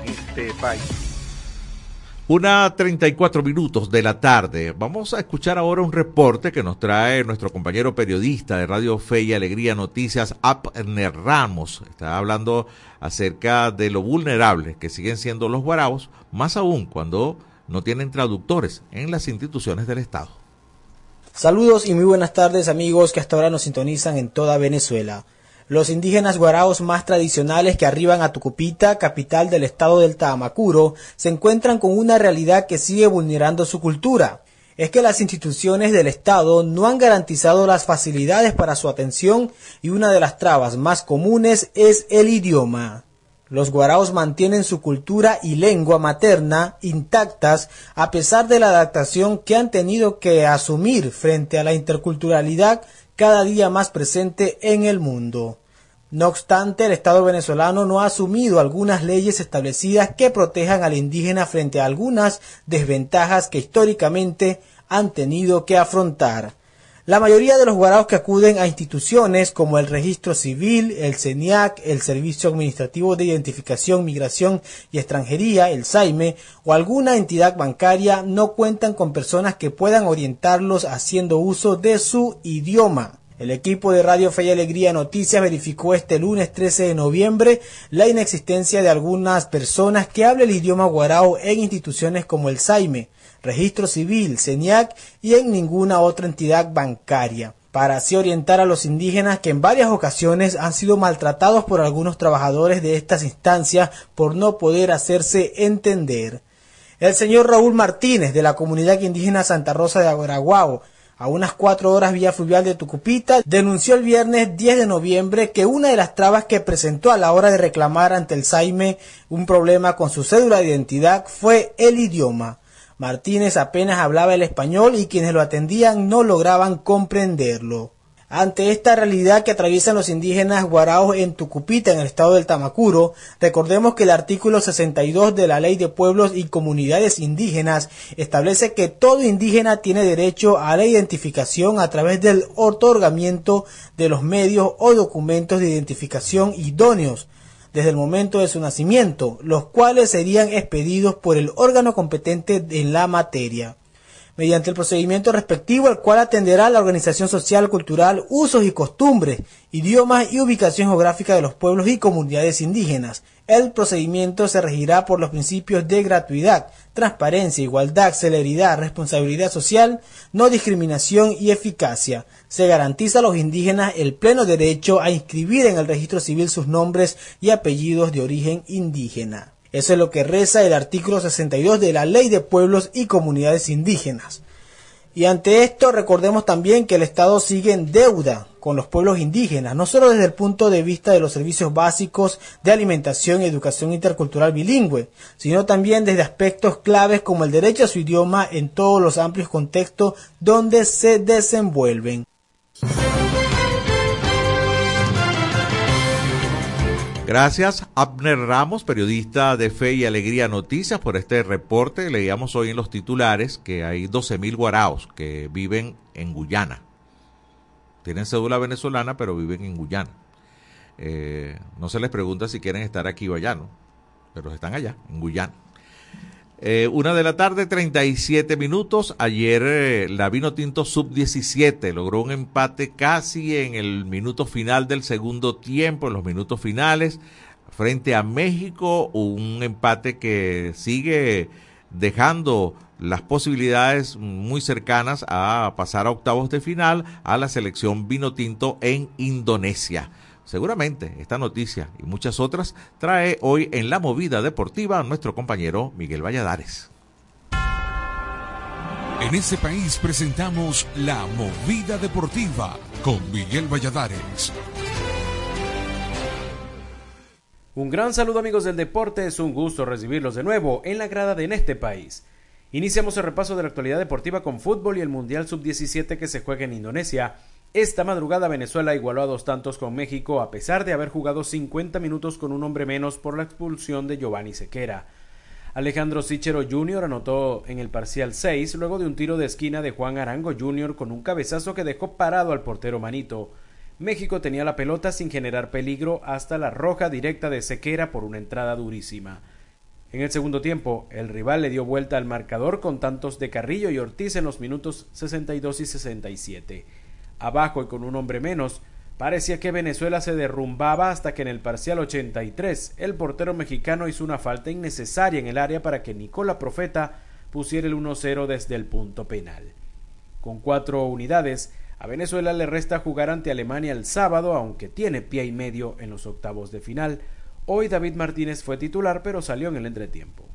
[SPEAKER 1] 1:34 de la tarde. Vamos a escuchar ahora un reporte que nos trae nuestro compañero periodista de Radio Fe y Alegría Noticias, Abner Ramos. Está hablando acerca de lo vulnerables que siguen siendo los guaraos, más aún cuando no tienen traductores en las instituciones del Estado.
[SPEAKER 12] Saludos y muy buenas tardes, amigos que hasta ahora nos sintonizan en toda Venezuela. Los indígenas guaraos más tradicionales que arriban a Tucupita, capital del estado del Tamacuro, se encuentran con una realidad que sigue vulnerando su cultura. Es que las instituciones del Estado no han garantizado las facilidades para su atención y una de las trabas más comunes es el idioma. Los guaraos mantienen su cultura y lengua materna intactas a pesar de la adaptación que han tenido que asumir frente a la interculturalidad cada día más presente en el mundo. No obstante, el Estado venezolano no ha asumido algunas leyes establecidas que protejan al indígena frente a algunas desventajas que históricamente han tenido que afrontar. La mayoría de los guaraos que acuden a instituciones como el Registro Civil, el CENIAC, el Servicio Administrativo de Identificación, Migración y Extranjería, el SAIME, o alguna entidad bancaria no cuentan con personas que puedan orientarlos haciendo uso de su idioma. El equipo de Radio Fe y Alegría Noticias verificó este lunes 13 de noviembre la inexistencia de algunas personas que hablen el idioma guarao en instituciones como el SAIME, Registro Civil, CENIAC y en ninguna otra entidad bancaria, para así orientar a los indígenas que en varias ocasiones han sido maltratados por algunos trabajadores de estas instancias por no poder hacerse entender. El señor Raúl Martínez, de la comunidad indígena Santa Rosa de Agaraguao, a unas 4 horas vía fluvial de Tucupita, denunció el viernes 10 de noviembre que una de las trabas que presentó a la hora de reclamar ante el SAIME un problema con su cédula de identidad fue el idioma. Martínez apenas hablaba el español y quienes lo atendían no lograban comprenderlo. Ante esta realidad que atraviesan los indígenas guaraos en Tucupita, en el estado del Tamacuro, recordemos que el artículo 62 de la Ley de Pueblos y Comunidades Indígenas establece que todo indígena tiene derecho a la identificación a través del otorgamiento de los medios o documentos de identificación idóneos desde el momento de su nacimiento, los cuales serían expedidos por el órgano competente en la materia, mediante el procedimiento respectivo, el cual atenderá la organización social, cultural, usos y costumbres, idiomas y ubicación geográfica de los pueblos y comunidades indígenas. El procedimiento se regirá por los principios de gratuidad, transparencia, igualdad, celeridad, responsabilidad social, no discriminación y eficacia. Se garantiza a los indígenas el pleno derecho a inscribir en el registro civil sus nombres y apellidos de origen indígena. Eso es lo que reza el artículo 62 de la Ley de Pueblos y Comunidades Indígenas. Y ante esto recordemos también que el Estado sigue en deuda con los pueblos indígenas, no solo desde el punto de vista de los servicios básicos de alimentación y educación intercultural bilingüe, sino también desde aspectos claves como el derecho a su idioma en todos los amplios contextos donde se desenvuelven.
[SPEAKER 1] Gracias, Abner Ramos, periodista de Fe y Alegría Noticias, por este reporte. Leíamos hoy en los titulares que hay 12.000 guaraos que viven en Guyana. Tienen cédula venezolana, pero viven en Guyana. No se les pregunta si quieren estar aquí o allá, ¿no? Pero están allá, en Guyana. 1:37 p.m. Ayer la Vinotinto Sub-17 logró un empate casi en el minuto final del segundo tiempo, en los minutos finales, frente a México, un empate que sigue dejando las posibilidades muy cercanas a pasar a octavos de final a la selección vinotinto en Indonesia. Seguramente esta noticia y muchas otras trae hoy en La Movida Deportiva nuestro compañero Miguel Valladares.
[SPEAKER 5] En este país presentamos La Movida Deportiva con Miguel Valladares.
[SPEAKER 13] Un gran saludo, amigos del deporte, es un gusto recibirlos de nuevo en la grada de En este país. Iniciamos el repaso de la actualidad deportiva con fútbol y el Mundial Sub-17 que se juega en Indonesia. Esta madrugada Venezuela igualó a 2 tantos con México a pesar de haber jugado 50 minutos con un hombre menos por la expulsión de Giovanni Sequera. Alejandro Sichero Jr. anotó en el parcial 6 luego de un tiro de esquina de Juan Arango Jr. con un cabezazo que dejó parado al portero Manito. México tenía la pelota sin generar peligro hasta la roja directa de Sequera por una entrada durísima. En el segundo tiempo, el rival le dio vuelta al marcador con tantos de Carrillo y Ortiz en los minutos 62 y 67. Abajo y con un hombre menos, parecía que Venezuela se derrumbaba hasta que en el parcial 83 el portero mexicano hizo una falta innecesaria en el área para que Nicola Profeta pusiera el 1-0 desde el punto penal. Con 4 unidades, a Venezuela le resta jugar ante Alemania el sábado, aunque tiene pie y medio en los octavos de final. Hoy David Martínez fue titular, pero salió en el entretiempo.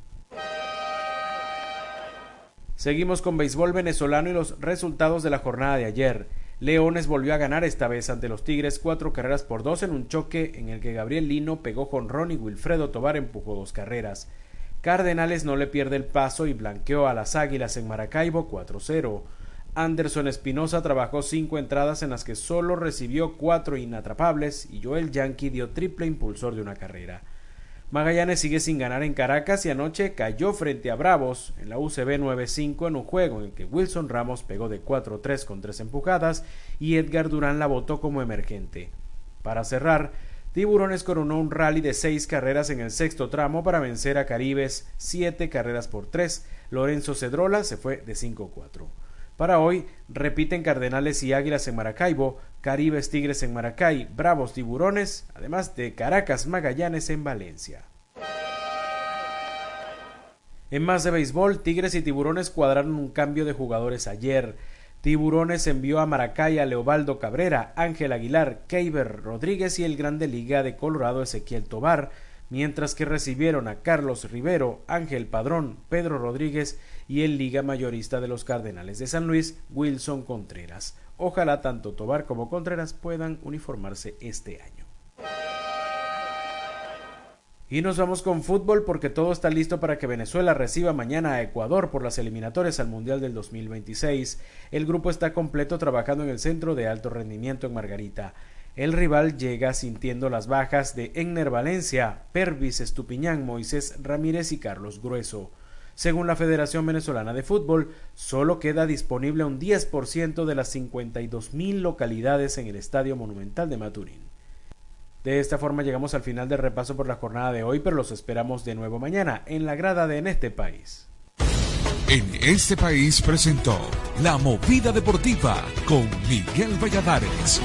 [SPEAKER 13] Seguimos con béisbol venezolano y los resultados de la jornada de ayer. Leones volvió a ganar esta vez ante los Tigres 4-2 en un choque en el que Gabriel Lino pegó jonrón y Wilfredo Tovar empujó 2 carreras. Cardenales no le pierde el paso y blanqueó a las Águilas en Maracaibo 4-0. Anderson Espinosa trabajó 5 entradas en las que solo recibió 4 inatrapables y Joel Yankee dio triple impulsor de una carrera. Magallanes sigue sin ganar en Caracas y anoche cayó frente a Bravos en la UCB 9-5 en un juego en el que Wilson Ramos pegó de 4-3 con 3 empujadas y Edgar Durán la botó como emergente. Para cerrar, Tiburones coronó un rally de 6 carreras en el sexto tramo para vencer a Caribes 7-3. Lorenzo Cedrola se fue de 5-4. Para hoy, repiten Cardenales y Águilas en Maracaibo, Caribes Tigres en Maracay, Bravos Tiburones, además de Caracas Magallanes en Valencia. En más de béisbol, Tigres y Tiburones cuadraron un cambio de jugadores ayer. Tiburones envió a Maracay a Leobaldo Cabrera, Ángel Aguilar, Keiber Rodríguez y el Grande Liga de Colorado Ezequiel Tovar, mientras que recibieron a Carlos Rivero, Ángel Padrón, Pedro Rodríguez y el Liga Mayorista de los Cardenales de San Luis, Wilson Contreras. Ojalá tanto Tovar como Contreras puedan uniformarse este año. Y nos vamos con fútbol porque todo está listo para que Venezuela reciba mañana a Ecuador por las eliminatorias al Mundial del 2026. El grupo está completo trabajando en el Centro de Alto Rendimiento en Margarita. El rival llega sintiendo las bajas de Enner Valencia, Pervis Estupiñán, Moisés Ramírez y Carlos Grueso. Según la Federación Venezolana de Fútbol, solo queda disponible un 10% de las 52,000 localidades en el Estadio Monumental de Maturín. De esta forma llegamos al final del repaso por la jornada de hoy, pero los esperamos de nuevo mañana en la grada de En este país.
[SPEAKER 5] En este país presentó La Movida Deportiva con Miguel Valladares.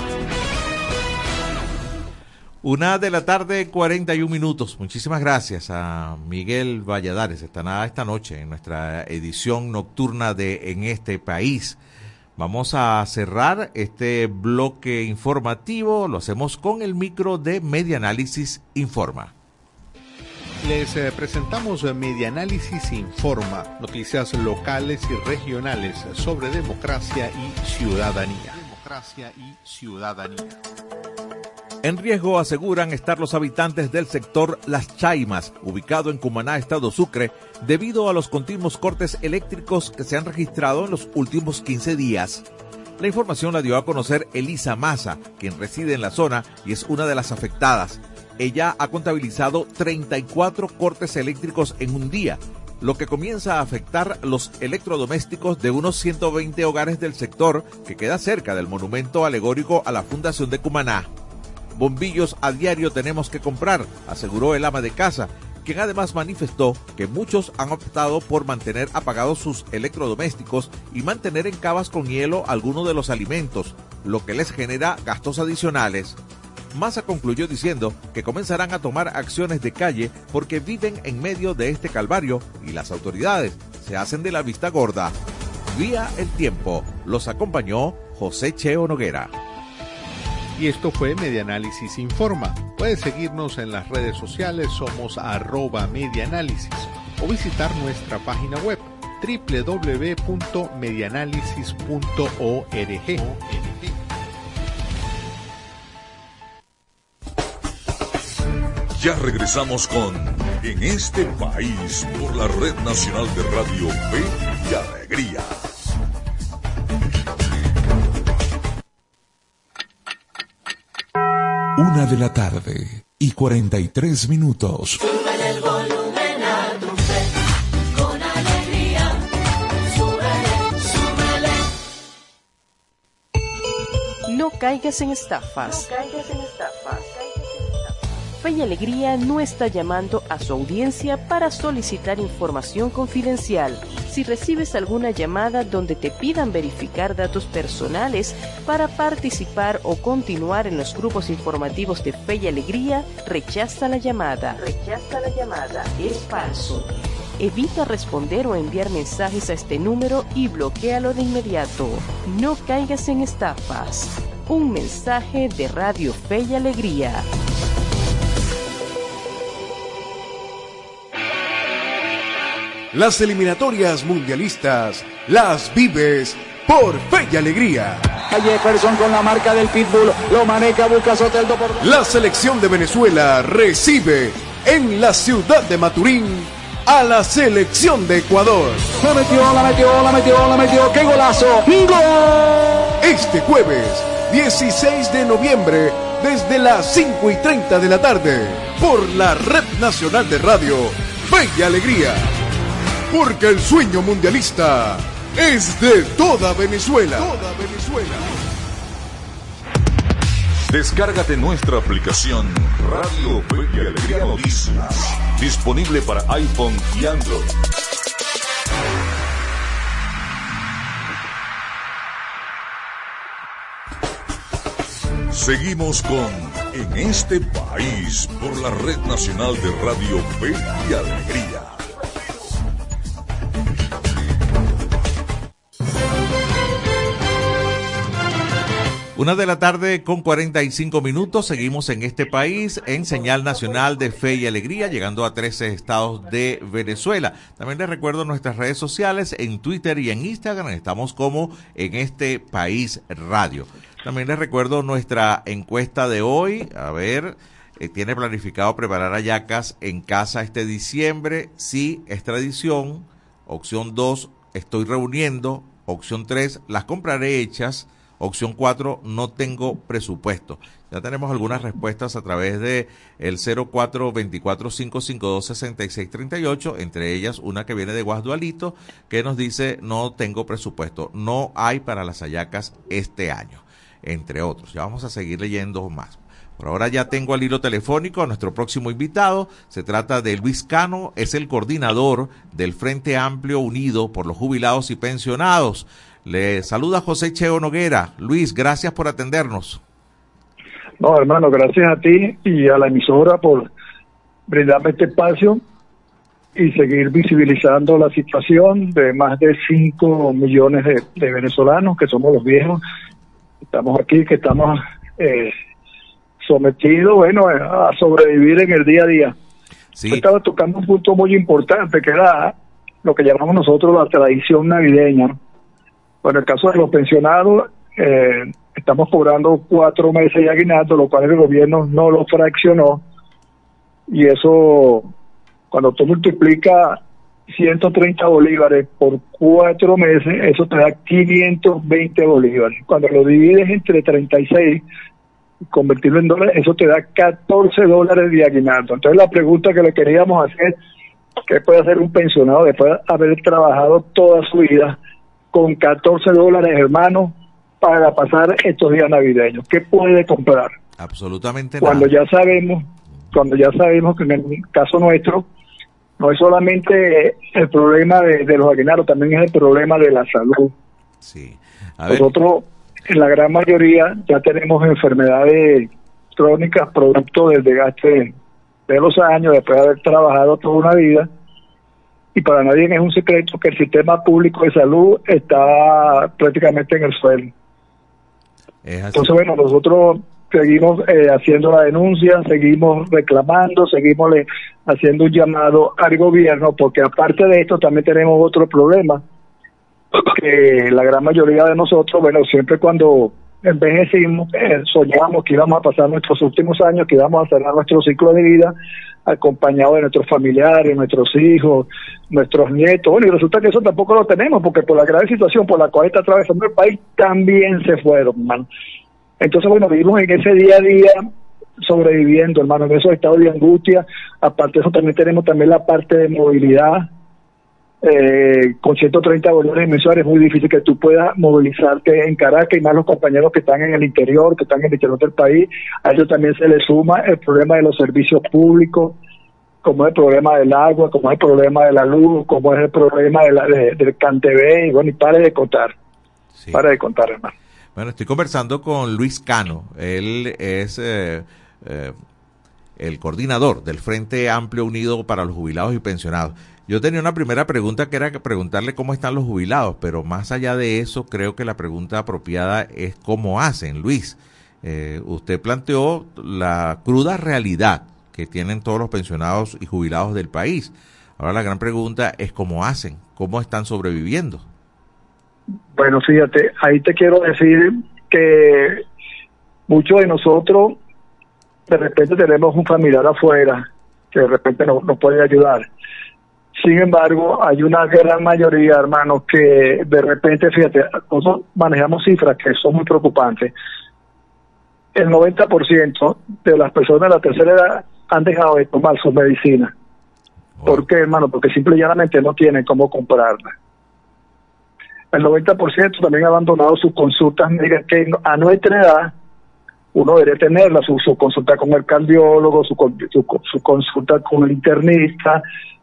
[SPEAKER 1] 1:41 p.m. Muchísimas gracias a Miguel Valladares. Estará esta noche en nuestra edición nocturna de En este país. Vamos a cerrar este bloque informativo. Lo hacemos con el micro de Medianálisis Informa.
[SPEAKER 11] Les presentamos Medianálisis Informa, noticias locales y regionales sobre democracia y ciudadanía.
[SPEAKER 1] En riesgo aseguran estar los habitantes del sector Las Chaimas, ubicado en Cumaná, estado Sucre, debido a los continuos cortes eléctricos que se han registrado en los últimos 15 días. La información la dio a conocer Elisa Maza, quien reside en la zona y es una de las afectadas. Ella ha contabilizado 34 cortes eléctricos en un día, lo que comienza a afectar los electrodomésticos de unos 120 hogares del sector que queda cerca del monumento alegórico a la Fundación de Cumaná. Bombillos a diario tenemos que comprar, aseguró el ama de casa, quien además manifestó que muchos han optado por mantener apagados sus electrodomésticos y mantener en cavas con hielo algunos de los alimentos, lo que les genera gastos adicionales. Massa concluyó diciendo que comenzarán a tomar acciones de calle porque viven en medio de este calvario y las autoridades se hacen de la vista gorda. Vía El Tiempo, los acompañó José Cheo Noguera.
[SPEAKER 11] Y esto fue Medianálisis Informa. Puedes seguirnos en las redes sociales, somos @Medianálisis, o visitar nuestra página web www.medianálisis.org.
[SPEAKER 4] Ya regresamos con En este país por la Red Nacional de Radio Fe y Alegría.
[SPEAKER 5] Una de la tarde y 43 minutos.
[SPEAKER 6] Súbele el volumen a tu fe, con alegría. Súbele, súbele.
[SPEAKER 7] No caigas en estafas. Fe y Alegría no está llamando a su audiencia para solicitar información confidencial. Si recibes alguna llamada donde te pidan verificar datos personales para participar o continuar en los grupos informativos de Fe y Alegría, rechaza la llamada. Es falso. Evita responder o enviar mensajes a este número y bloquéalo de inmediato. No caigas en estafas. Un mensaje de Radio Fe y Alegría.
[SPEAKER 14] Las eliminatorias mundialistas las vives por Fe y Alegría.
[SPEAKER 15] Jefferson con la marca del Pitbull, lo maneja, busca Soteldo por...
[SPEAKER 14] La selección de Venezuela recibe en la ciudad de Maturín a la selección de Ecuador.
[SPEAKER 15] La metió, ¡qué golazo! ¡Gol!
[SPEAKER 14] Este jueves, 16 de noviembre, desde las 5:30 de la tarde, por la Red Nacional de Radio Fe y Alegría. Porque el sueño mundialista es de toda Venezuela.
[SPEAKER 4] Descárgate nuestra aplicación Radio Fe y Alegría Noticias, disponible para iPhone y Android. Seguimos con En este país por la Red Nacional de Radio Fe y Alegría.
[SPEAKER 1] Una de la tarde con 45 minutos, seguimos en este país en señal nacional de Fe y Alegría, llegando a 13 estados de Venezuela. También les recuerdo nuestras redes sociales, en Twitter y en Instagram, estamos como En este país radio. También les recuerdo nuestra encuesta de hoy, tiene planificado preparar hallacas en casa este diciembre, sí, es tradición. Opción 2, estoy reuniendo. Opción 3, las compraré hechas. Opción 4, no tengo presupuesto. Ya tenemos algunas respuestas a través de el 0424-552-6638, entre ellas una que viene de Guasdualito, que nos dice no tengo presupuesto, no hay para las hallacas este año, entre otros. Ya vamos a seguir leyendo más. Por ahora ya tengo al hilo telefónico a nuestro próximo invitado. Se trata de Luis Cano, es el coordinador del Frente Amplio Unido por los Jubilados y Pensionados. Le saluda José Cheo Noguera. Luis, gracias por atendernos.
[SPEAKER 16] No, hermano, gracias a ti y a la emisora por brindarme este espacio y seguir visibilizando la situación de más de 5 millones de venezolanos que somos los viejos. Estamos aquí, que estamos sometidos, a sobrevivir en el día a día.
[SPEAKER 1] Sí.
[SPEAKER 16] Yo estaba tocando un punto muy importante, que era lo que llamamos nosotros la tradición navideña. Bueno, en el caso de los pensionados, estamos cobrando 4 meses de aguinaldo, lo cual el gobierno no lo fraccionó, y eso, cuando tú multiplicas 130 bolívares por 4 meses, eso te da 520 bolívares. Cuando lo divides entre 36, convertirlo en dólares, eso te da 14 dólares de aguinaldo. Entonces la pregunta que le queríamos hacer, ¿qué puede hacer un pensionado después de haber trabajado toda su vida con 14 dólares, hermano, para pasar estos días navideños? ¿Qué puede comprar?
[SPEAKER 1] Absolutamente
[SPEAKER 16] cuando
[SPEAKER 1] nada.
[SPEAKER 16] Cuando ya sabemos que en el caso nuestro no es solamente el problema de los aguinaldos, también es el problema de la salud.
[SPEAKER 1] Sí.
[SPEAKER 16] Nosotros, en la gran mayoría, ya tenemos enfermedades crónicas producto del desgaste de los años, después de haber trabajado toda una vida. Y para nadie es un secreto que el sistema público de salud está prácticamente en el suelo. Entonces, bueno, nosotros seguimos haciendo la denuncia, seguimos reclamando, seguimos haciendo un llamado al gobierno, porque aparte de esto también tenemos otro problema, que la gran mayoría de nosotros, bueno, siempre cuando envejecimos, soñamos que íbamos a pasar nuestros últimos años, que íbamos a cerrar nuestro ciclo de vida acompañados de nuestros familiares, nuestros hijos, nuestros nietos. Bueno, y resulta que eso tampoco lo tenemos, porque por la grave situación por la cual está atravesando el país, también se fueron, hermano. Entonces, bueno, vivimos en ese día a día sobreviviendo, hermano, en esos estados de angustia. Aparte de eso, también tenemos también la parte de movilidad. Con 130 bolívares mensuales es muy difícil que tú puedas movilizarte en Caracas, y más los compañeros que están en el interior, que están en el interior del país. A ellos también se les suma el problema de los servicios públicos, como es el problema del agua, como es el problema de la luz, como es el problema del CanTV, y bueno, y pare de contar, hermano.
[SPEAKER 1] Bueno, estoy conversando con Luis Cano. Él es el coordinador del Frente Amplio Unido para los Jubilados y Pensionados. Yo tenía una primera pregunta que era preguntarle cómo están los jubilados, pero más allá de eso, creo que la pregunta apropiada es cómo hacen. Luis, usted planteó la cruda realidad que tienen todos los pensionados y jubilados del país. Ahora la gran pregunta es cómo hacen, cómo están sobreviviendo.
[SPEAKER 16] Bueno, fíjate, ahí te quiero decir que muchos de nosotros de repente tenemos un familiar afuera que de repente nos puede ayudar. Sin embargo, hay una gran mayoría, hermanos, que de repente, fíjate, nosotros manejamos cifras que son muy preocupantes. El 90% de las personas de la tercera edad han dejado de tomar sus medicinas. ¿Por qué, hermano? Porque simple y llanamente no tienen cómo comprarlas. El 90% también ha abandonado sus consultas médicas, que a nuestra edad uno debería tenerla, su consulta con el cardiólogo, su consulta con el internista,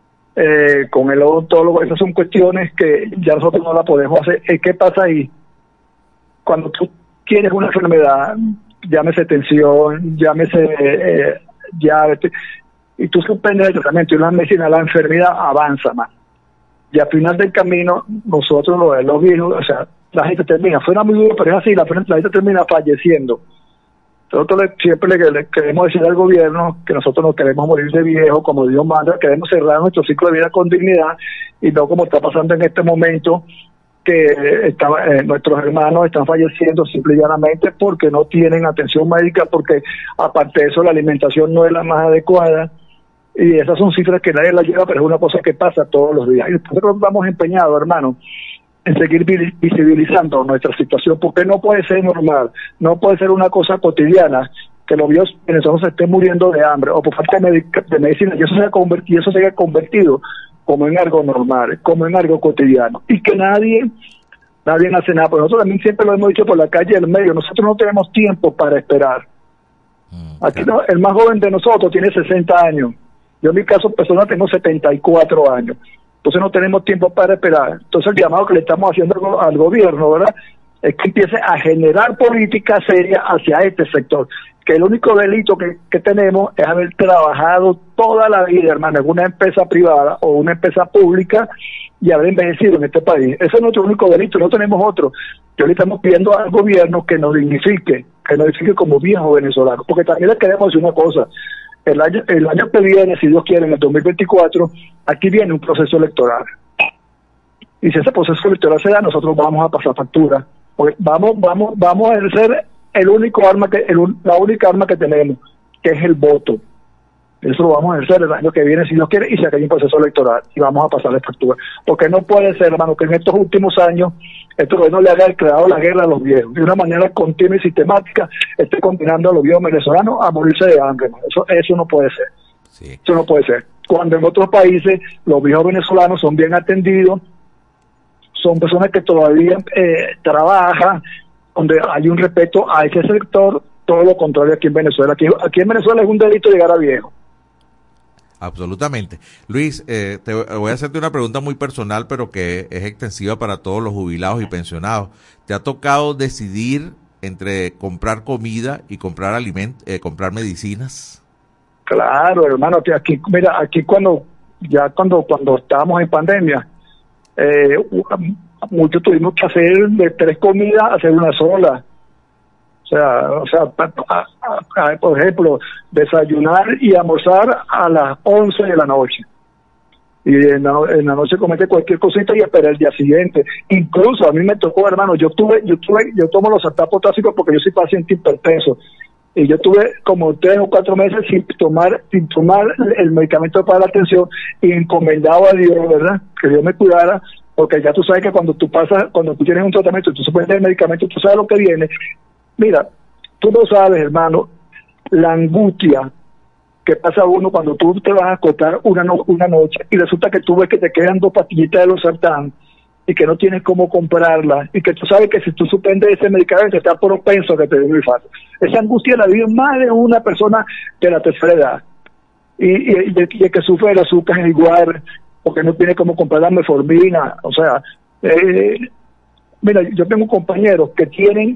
[SPEAKER 16] con el odontólogo. Esas son cuestiones que ya nosotros no la podemos hacer. ¿Qué pasa ahí? Cuando tú tienes una enfermedad, llámese tensión, llámese diabetes, y tú suspendes el tratamiento y la medicina, la enfermedad avanza más. Y al final del camino, nosotros los viejos, o sea, la gente termina, suena muy duro, pero es así, la gente termina falleciendo. Nosotros siempre le queremos decir al gobierno que nosotros no queremos morir de viejo, como Dios manda, queremos cerrar nuestro ciclo de vida con dignidad, y no como está pasando en este momento, que nuestros hermanos están falleciendo simple y llanamente porque no tienen atención médica, porque aparte de eso la alimentación no es la más adecuada. Y esas son cifras que nadie las lleva, pero es una cosa que pasa todos los días. Y nosotros estamos empeñados, hermano, en seguir visibilizando nuestra situación, porque no puede ser normal, no puede ser una cosa cotidiana que los viejos venezolanos se estén muriendo de hambre o por falta de medicina, y eso se haya convertido como en algo normal, como en algo cotidiano, y que nadie hace nada. Pues nosotros también siempre lo hemos dicho por la calle del medio, nosotros no tenemos tiempo para esperar. Aquí no, el más joven de nosotros tiene 60 años. Yo en mi caso personal tengo 74 años. Entonces no tenemos tiempo para esperar. Entonces el llamado que le estamos haciendo al gobierno, ¿verdad?, es que empiece a generar política seria hacia este sector. Que el único delito que tenemos es haber trabajado toda la vida, hermano, en una empresa privada o una empresa pública y haber envejecido en este país. Ese es nuestro único delito, no tenemos otro. Yo le estamos pidiendo al gobierno que nos dignifique como viejos venezolanos. Porque también le queremos decir una cosa. El año que viene, si Dios quiere, en el 2024, aquí viene un proceso electoral. Y si ese proceso electoral se da, nosotros vamos a pasar factura. Porque vamos a ejercer la única arma que tenemos, que es el voto. Eso lo vamos a ejercer el año que viene, si Dios quiere, y se acaba un proceso electoral. Y vamos a pasar la factura. Porque no puede ser, hermano, que en estos últimos años este gobierno le haya creado la guerra a los viejos. De una manera continua y sistemática, esté condenando a los viejos venezolanos a morirse de hambre. Eso no puede ser. Sí. Eso no puede ser. Cuando en otros países los viejos venezolanos son bien atendidos, son personas que todavía trabajan, donde hay un respeto a ese sector, todo lo contrario aquí en Venezuela. Aquí en Venezuela es un delito llegar a viejo.
[SPEAKER 1] Absolutamente. Luis, voy a hacerte una pregunta muy personal, pero que es extensiva para todos los jubilados y pensionados. ¿Te ha tocado decidir entre comprar comida y comprar comprar medicinas?
[SPEAKER 16] Claro, hermano, que aquí, mira, aquí cuando estábamos en pandemia, muchos tuvimos que hacer de 3 comidas, hacer una sola. O sea, por ejemplo, desayunar y almorzar a las 11 de la noche. Y en la noche comete cualquier cosita y esperar el día siguiente. Incluso a mí me tocó, hermano, yo tomo los saltados potássicos porque yo soy paciente hipertenso. Y yo tuve como 3 o 4 meses sin tomar el medicamento para la tensión y encomendado a Dios, ¿verdad? Que Dios me cuidara, porque ya tú sabes que cuando tú tienes un tratamiento y tú suspendes el medicamento, tú sabes lo que viene. Mira, tú no sabes, hermano, la angustia que pasa uno cuando tú te vas a acostar una noche y resulta que tú ves que te quedan 2 pastillitas de losartán y que no tienes cómo comprarlas y que tú sabes que si tú suspendes ese medicamento estás propenso a que te dé un infarto. Esa angustia la vive más de una persona de la tercera edad y el que sufre de azúcar es igual porque no tiene cómo comprar la metformina. O sea, mira, yo tengo compañeros que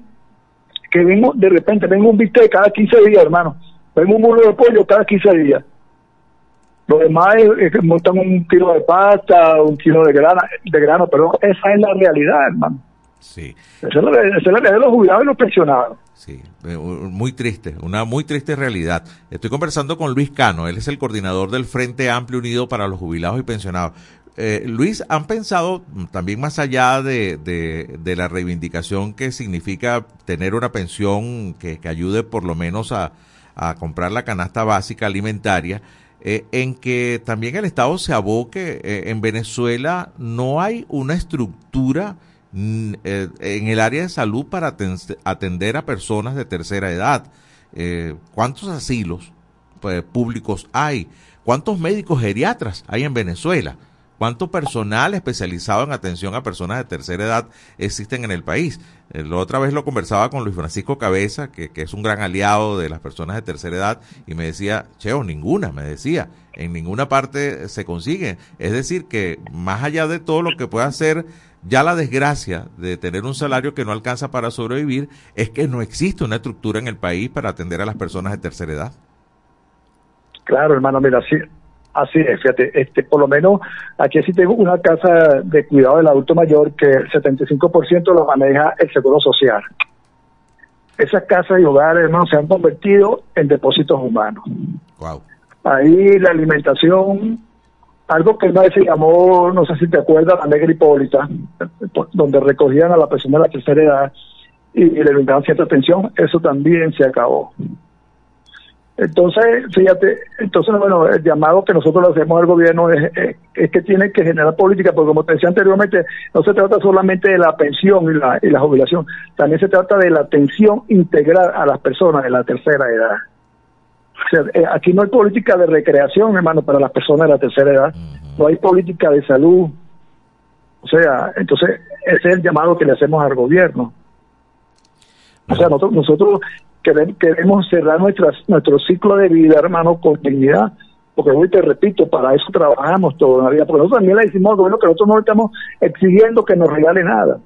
[SPEAKER 16] de repente vengo un bistec cada 15 días, hermano. Vengo un muslo de pollo cada 15 días. Lo demás es que montan 1 kilo de pasta, 1 kilo de grano, perdón. Esa es la realidad, hermano.
[SPEAKER 1] Sí.
[SPEAKER 16] Esa es la realidad de los jubilados y los pensionados.
[SPEAKER 1] Sí, muy triste, una muy triste realidad. Estoy conversando con Luis Cano, él es el coordinador del Frente Amplio Unido para los Jubilados y Pensionados. Luis, ¿han pensado también más allá de la reivindicación que significa tener una pensión que ayude por lo menos a comprar la canasta básica alimentaria, en que también el Estado se aboque? En Venezuela no hay una estructura en el área de salud para atender a personas de tercera edad. ¿Cuántos asilos públicos hay? ¿Cuántos médicos geriatras hay en Venezuela? ¿Cuánto personal especializado en atención a personas de tercera edad existen en el país? La otra vez lo conversaba con Luis Francisco Cabeza, que es un gran aliado de las personas de tercera edad, y me decía, en ninguna parte se consigue. Es decir, que más allá de todo lo que pueda hacer ya la desgracia de tener un salario que no alcanza para sobrevivir, es que no existe una estructura en el país para atender a las personas de tercera edad.
[SPEAKER 16] Claro, hermano, mira, sí. Así es, fíjate, por lo menos aquí sí tengo una casa de cuidado del adulto mayor que el 75% lo maneja el Seguro Social. Esas casas y hogares, hermano, se han convertido en depósitos humanos.
[SPEAKER 1] Wow.
[SPEAKER 16] Ahí la alimentación, algo que una vez se llamó, no sé si te acuerdas, la Negra Hipólita, donde recogían a la persona de la tercera edad y le brindaban cierta atención, eso también se acabó. Entonces, fíjate, bueno, el llamado que nosotros le hacemos al gobierno es que tiene que generar política, porque como te decía anteriormente, no se trata solamente de la pensión y la jubilación, también se trata de la atención integral a las personas de la tercera edad. O sea, aquí no hay política de recreación, hermano, para las personas de la tercera edad, no hay política de salud. O sea, entonces, ese es el llamado que le hacemos al gobierno. O sea, nosotros queremos cerrar nuestro ciclo de vida, hermano, con dignidad, porque hoy te repito, para eso trabajamos todavía, porque nosotros también le decimos al gobierno que nosotros no estamos exigiendo que nos regale nada,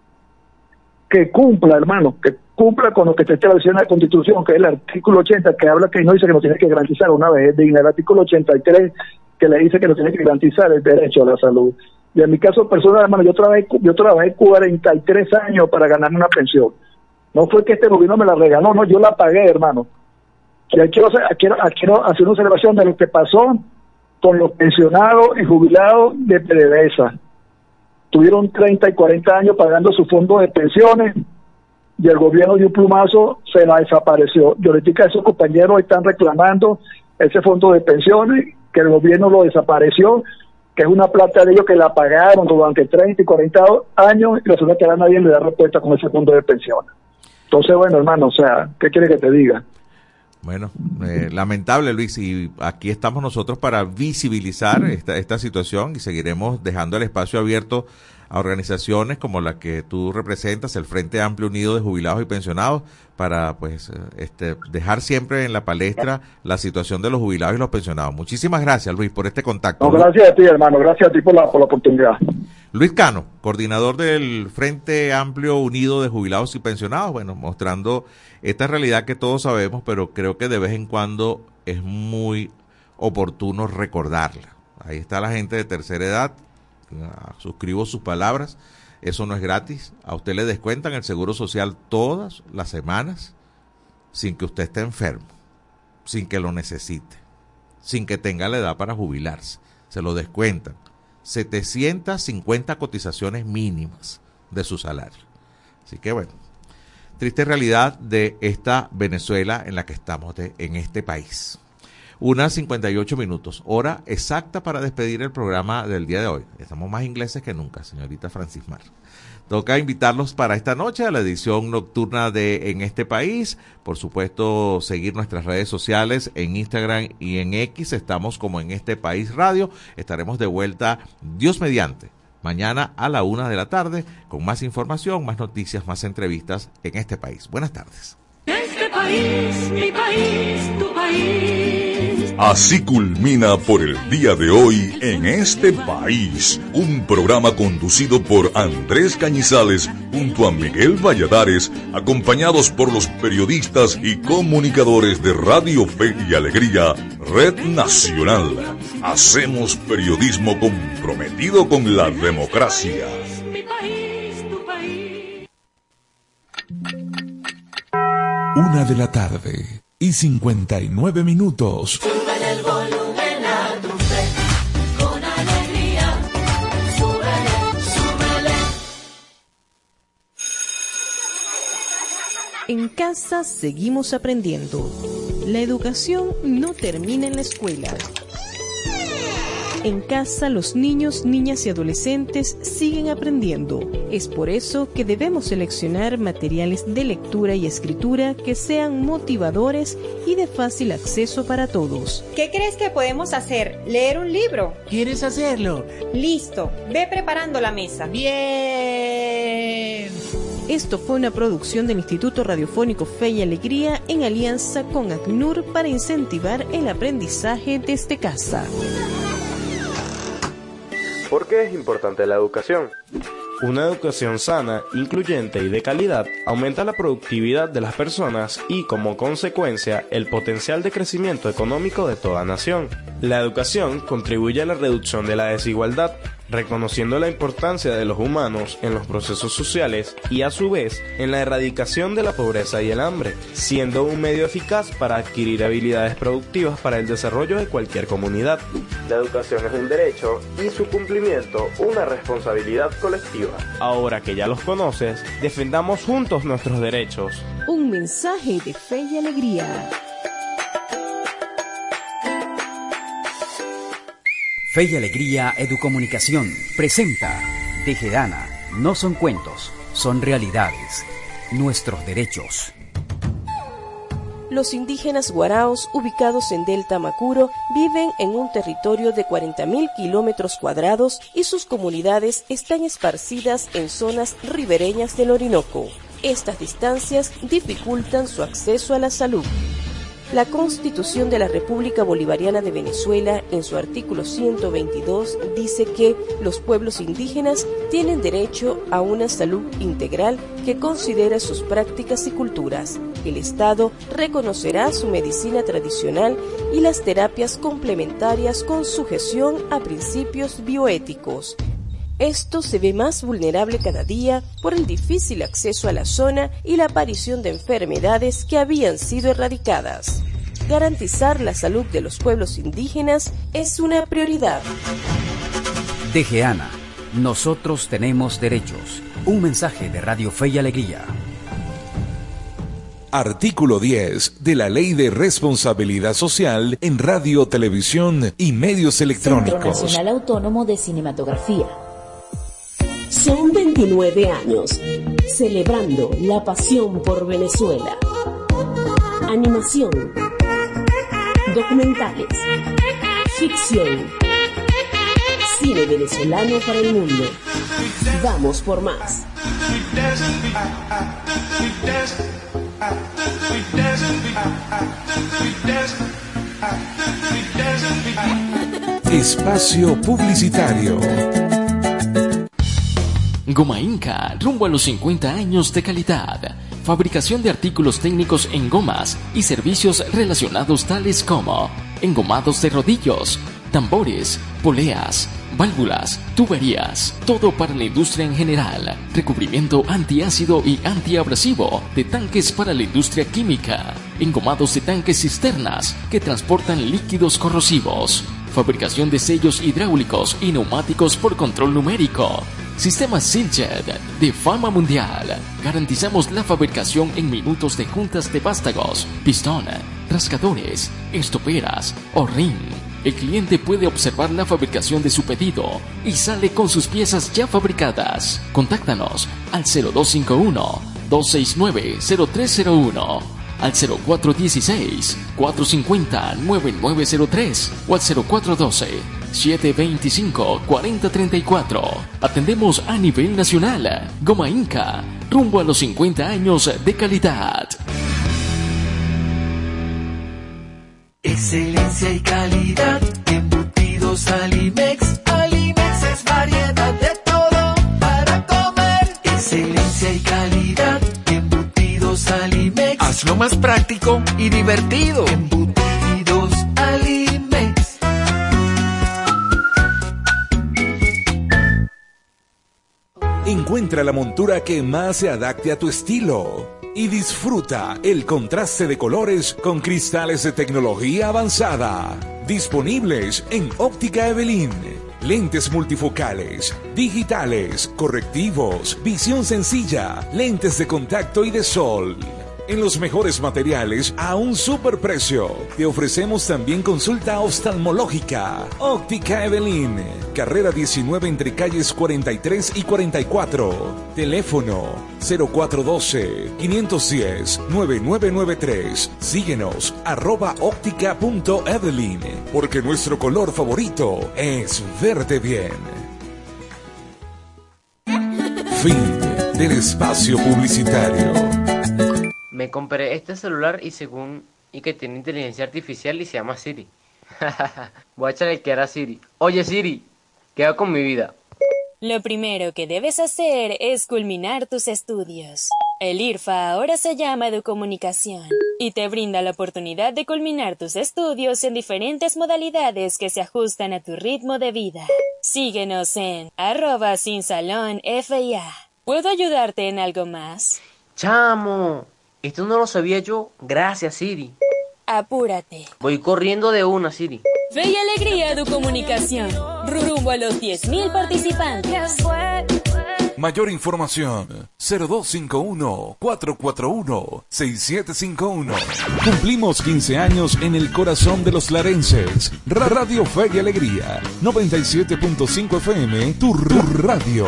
[SPEAKER 16] que cumpla, hermano, que cumpla con lo que está establecido en la Constitución, que es el artículo 80, que habla que no dice que nos tiene que garantizar una vez digna, el artículo 83, que le dice que nos tiene que garantizar el derecho a la salud. Y en mi caso personal, hermano, yo trabajé 43 años para ganarme una pensión. No fue que este gobierno me la regaló, no, yo la pagué, hermano. Y quiero hacer una observación de lo que pasó con los pensionados y jubilados de PDVSA. Tuvieron 30 y 40 años pagando su fondo de pensiones y el gobierno de un plumazo se la desapareció. Y ahorita esos compañeros están reclamando ese fondo de pensiones, que el gobierno lo desapareció, que es una plata de ellos que la pagaron durante 30 y 40 años y resulta que a nadie le da respuesta con ese fondo de pensiones. Entonces, bueno, hermano, o sea, ¿qué quiere que te diga?
[SPEAKER 1] Bueno, lamentable, Luis, y aquí estamos nosotros para visibilizar esta situación y seguiremos dejando el espacio abierto a organizaciones como la que tú representas, el Frente Amplio Unido de Jubilados y Pensionados, para pues dejar siempre en la palestra la situación de los jubilados y los pensionados. Muchísimas gracias, Luis, por este contacto.
[SPEAKER 16] No, gracias a ti, hermano, gracias a ti por la oportunidad.
[SPEAKER 1] Luis Cano, coordinador del Frente Amplio Unido de Jubilados y Pensionados, bueno, mostrando esta realidad que todos sabemos, pero creo que de vez en cuando es muy oportuno recordarla. Ahí está la gente de tercera edad, suscribo sus palabras, eso no es gratis, a usted le descuentan el seguro social todas las semanas sin que usted esté enfermo, sin que lo necesite, sin que tenga la edad para jubilarse, se lo descuentan. 750 cotizaciones mínimas de su salario. Así que bueno, triste realidad de esta Venezuela en la que estamos, en este país. 1:58 minutos, hora exacta para despedir el programa del día de hoy. Estamos más ingleses que nunca, señorita Francis Mar. Toca invitarlos para esta noche a la edición nocturna de En este País. Por supuesto, seguir nuestras redes sociales en Instagram y en X. Estamos como En este País Radio. Estaremos de vuelta, Dios mediante, mañana a la 1 de la tarde con más información, más noticias, más entrevistas en este país. Buenas tardes.
[SPEAKER 6] Este país, mi país, tu país.
[SPEAKER 4] Así culmina por el día de hoy En este País, un programa conducido por Andrés Cañizales junto a Miguel Valladares, acompañados por los periodistas y comunicadores de Radio Fe y Alegría, Red Nacional. Hacemos periodismo comprometido con la democracia.
[SPEAKER 6] Mi país, tu país.
[SPEAKER 5] 1:59 PM.
[SPEAKER 6] Súbele el volumen a tu fe, con alegría. Súbele, súbele.
[SPEAKER 7] En casa seguimos aprendiendo. La educación no termina en la escuela. En casa los niños, niñas y adolescentes siguen aprendiendo. Es por eso que debemos seleccionar materiales de lectura y escritura que sean motivadores y de fácil acceso para todos.
[SPEAKER 17] ¿Qué crees que podemos hacer? ¿Leer un libro?
[SPEAKER 18] ¿Quieres hacerlo?
[SPEAKER 17] Listo, ve preparando la mesa.
[SPEAKER 18] ¡Bien!
[SPEAKER 7] Esto fue una producción del Instituto Radiofónico Fe y Alegría en alianza con ACNUR para incentivar el aprendizaje desde casa.
[SPEAKER 19] ¿Por qué es importante la educación? Una educación sana, incluyente y de calidad aumenta la productividad de las personas y, como consecuencia, el potencial de crecimiento económico de toda nación. La educación contribuye a la reducción de la desigualdad, reconociendo la importancia de los humanos en los procesos sociales y, a su vez, en la erradicación de la pobreza y el hambre, siendo un medio eficaz para adquirir habilidades productivas para el desarrollo de cualquier comunidad. La educación es un derecho y su cumplimiento una responsabilidad colectiva. Ahora que ya los conoces, defendamos juntos nuestros derechos.
[SPEAKER 7] Un mensaje de fe y alegría.
[SPEAKER 20] Fe y Alegría Educomunicación presenta Tejedana. No son cuentos, son realidades. Nuestros derechos.
[SPEAKER 7] Los indígenas guaraos, ubicados en Delta Macuro, viven en un territorio de 40.000 kilómetros cuadrados y sus comunidades están esparcidas en zonas ribereñas del Orinoco. Estas distancias dificultan su acceso a la salud. La Constitución de la República Bolivariana de Venezuela, en su artículo 122, dice que los pueblos indígenas tienen derecho a una salud integral que considera sus prácticas y culturas. El Estado reconocerá su medicina tradicional y las terapias complementarias con sujeción a principios bioéticos. Esto se ve más vulnerable cada día por el difícil acceso a la zona y la aparición de enfermedades que habían sido erradicadas. Garantizar la salud de los pueblos indígenas es una prioridad.
[SPEAKER 20] Tejedana. Nosotros tenemos derechos. Un mensaje de Radio Fe y Alegría.
[SPEAKER 5] Artículo 10 de la Ley de Responsabilidad Social en Radio, Televisión y Medios Electrónicos.
[SPEAKER 21] Centro Nacional Autónomo de Cinematografía.
[SPEAKER 22] Son 29 años, celebrando la pasión por Venezuela. Animación, documentales, ficción, cine venezolano para el mundo. Vamos por más.
[SPEAKER 5] Espacio publicitario.
[SPEAKER 2] Goma Inca, rumbo a los 50 años de calidad. Fabricación de artículos técnicos en gomas y servicios relacionados tales como engomados de rodillos, tambores, poleas, válvulas, tuberías, todo para la industria en general, recubrimiento antiácido y antiabrasivo de tanques para la industria química, engomados de tanques cisternas que transportan líquidos corrosivos, fabricación de sellos hidráulicos y neumáticos por control numérico, sistema Siljet de fama mundial. Garantizamos la fabricación en minutos de juntas de vástagos, pistón, rascadores, estoperas o ring. El cliente puede observar la fabricación de su pedido y sale con sus piezas ya fabricadas. Contáctanos al 0251-269-0301, al 0416-450-9903 o al 0412-725-4034. Atendemos a nivel nacional. Goma Inca, rumbo a los 50 años de calidad.
[SPEAKER 6] Excelencia y calidad, embutidos Alimex. Alimex es variedad de todo para comer. Excelencia y calidad, embutidos Alimex. Hazlo más práctico y divertido. Embutidos Alimex.
[SPEAKER 5] Encuentra la montura que más se adapte a tu estilo y disfruta el contraste de colores con cristales de tecnología avanzada. Disponibles en Óptica Evelyn. Lentes multifocales, digitales, correctivos, visión sencilla, lentes de contacto y de sol. En los mejores materiales a un superprecio. Te ofrecemos también consulta oftalmológica. Óptica Evelyn. Carrera 19 entre calles 43 y 44. Teléfono 0412-510-9993. Síguenos @óptica.evelyn. Porque nuestro color favorito es verte bien. Fin del espacio publicitario.
[SPEAKER 3] Me compré este celular y que tiene inteligencia artificial y se llama Siri. Voy a echarle que era Siri. Oye Siri, ¿qué hago con mi vida?
[SPEAKER 23] Lo primero que debes hacer es culminar tus estudios. El IRFA ahora se llama Educomunicación y te brinda la oportunidad de culminar tus estudios en diferentes modalidades que se ajustan a tu ritmo de vida. Síguenos en @sinsalonFIA. ¿Puedo ayudarte en algo más?
[SPEAKER 3] ¡Chamo! Esto no lo sabía yo. Gracias, Siri.
[SPEAKER 23] Apúrate.
[SPEAKER 3] Voy corriendo de una, Siri.
[SPEAKER 23] Fe y Alegría Educomunicación. Rumbo a los 10.000 participantes.
[SPEAKER 5] Mayor información 0251-441-6751. Cumplimos 15 años en el corazón de los larenses. Radio Fe y Alegría 97.5 FM, tu radio.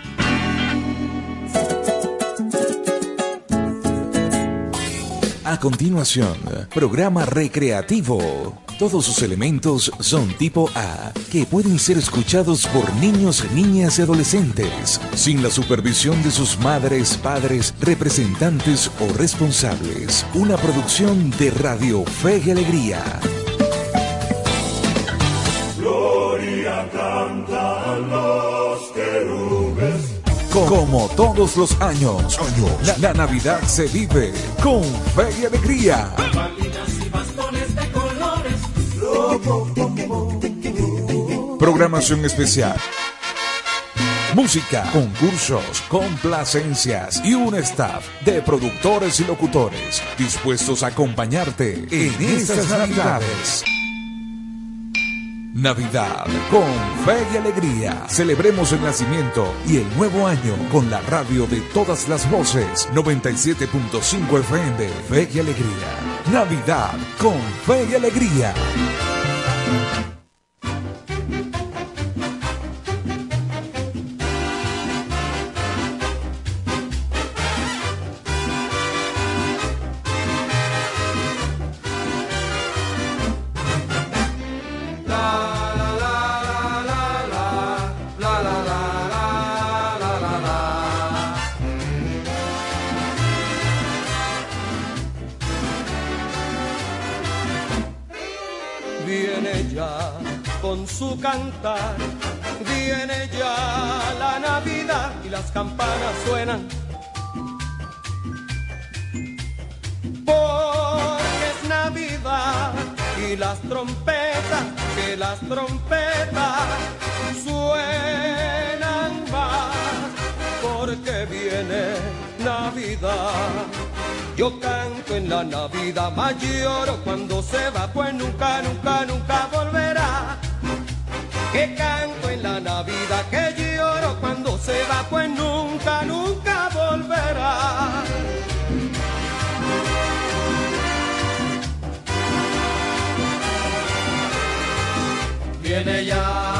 [SPEAKER 5] A continuación, programa recreativo. Todos sus elementos son tipo A, que pueden ser escuchados por niños, niñas y adolescentes, sin la supervisión de sus madres, padres, representantes o responsables. Una producción de Radio Fe y Alegría.
[SPEAKER 6] Gloria cantan los querubes.
[SPEAKER 5] Como todos los años, la Navidad se vive con fe y alegría. Programación especial. Música, concursos, complacencias y un staff de productores y locutores dispuestos a acompañarte en estas Navidades. Navidad con fe y alegría. Celebremos el nacimiento y el nuevo año con la radio de todas las voces. 97.5 FM, Fe y Alegría. Navidad con fe y alegría.
[SPEAKER 6] Viene ya con su cantar,
[SPEAKER 8] Viene ya la Navidad y las campanas suenan, porque es Navidad. Y las trompetas, que las trompetas suenan más, porque viene Navidad. Yo canto en la Navidad, mas lloro cuando se va, pues nunca, nunca, nunca volverá. Que canto en la Navidad, que lloro cuando se va, pues nunca, nunca volverá. Viene ya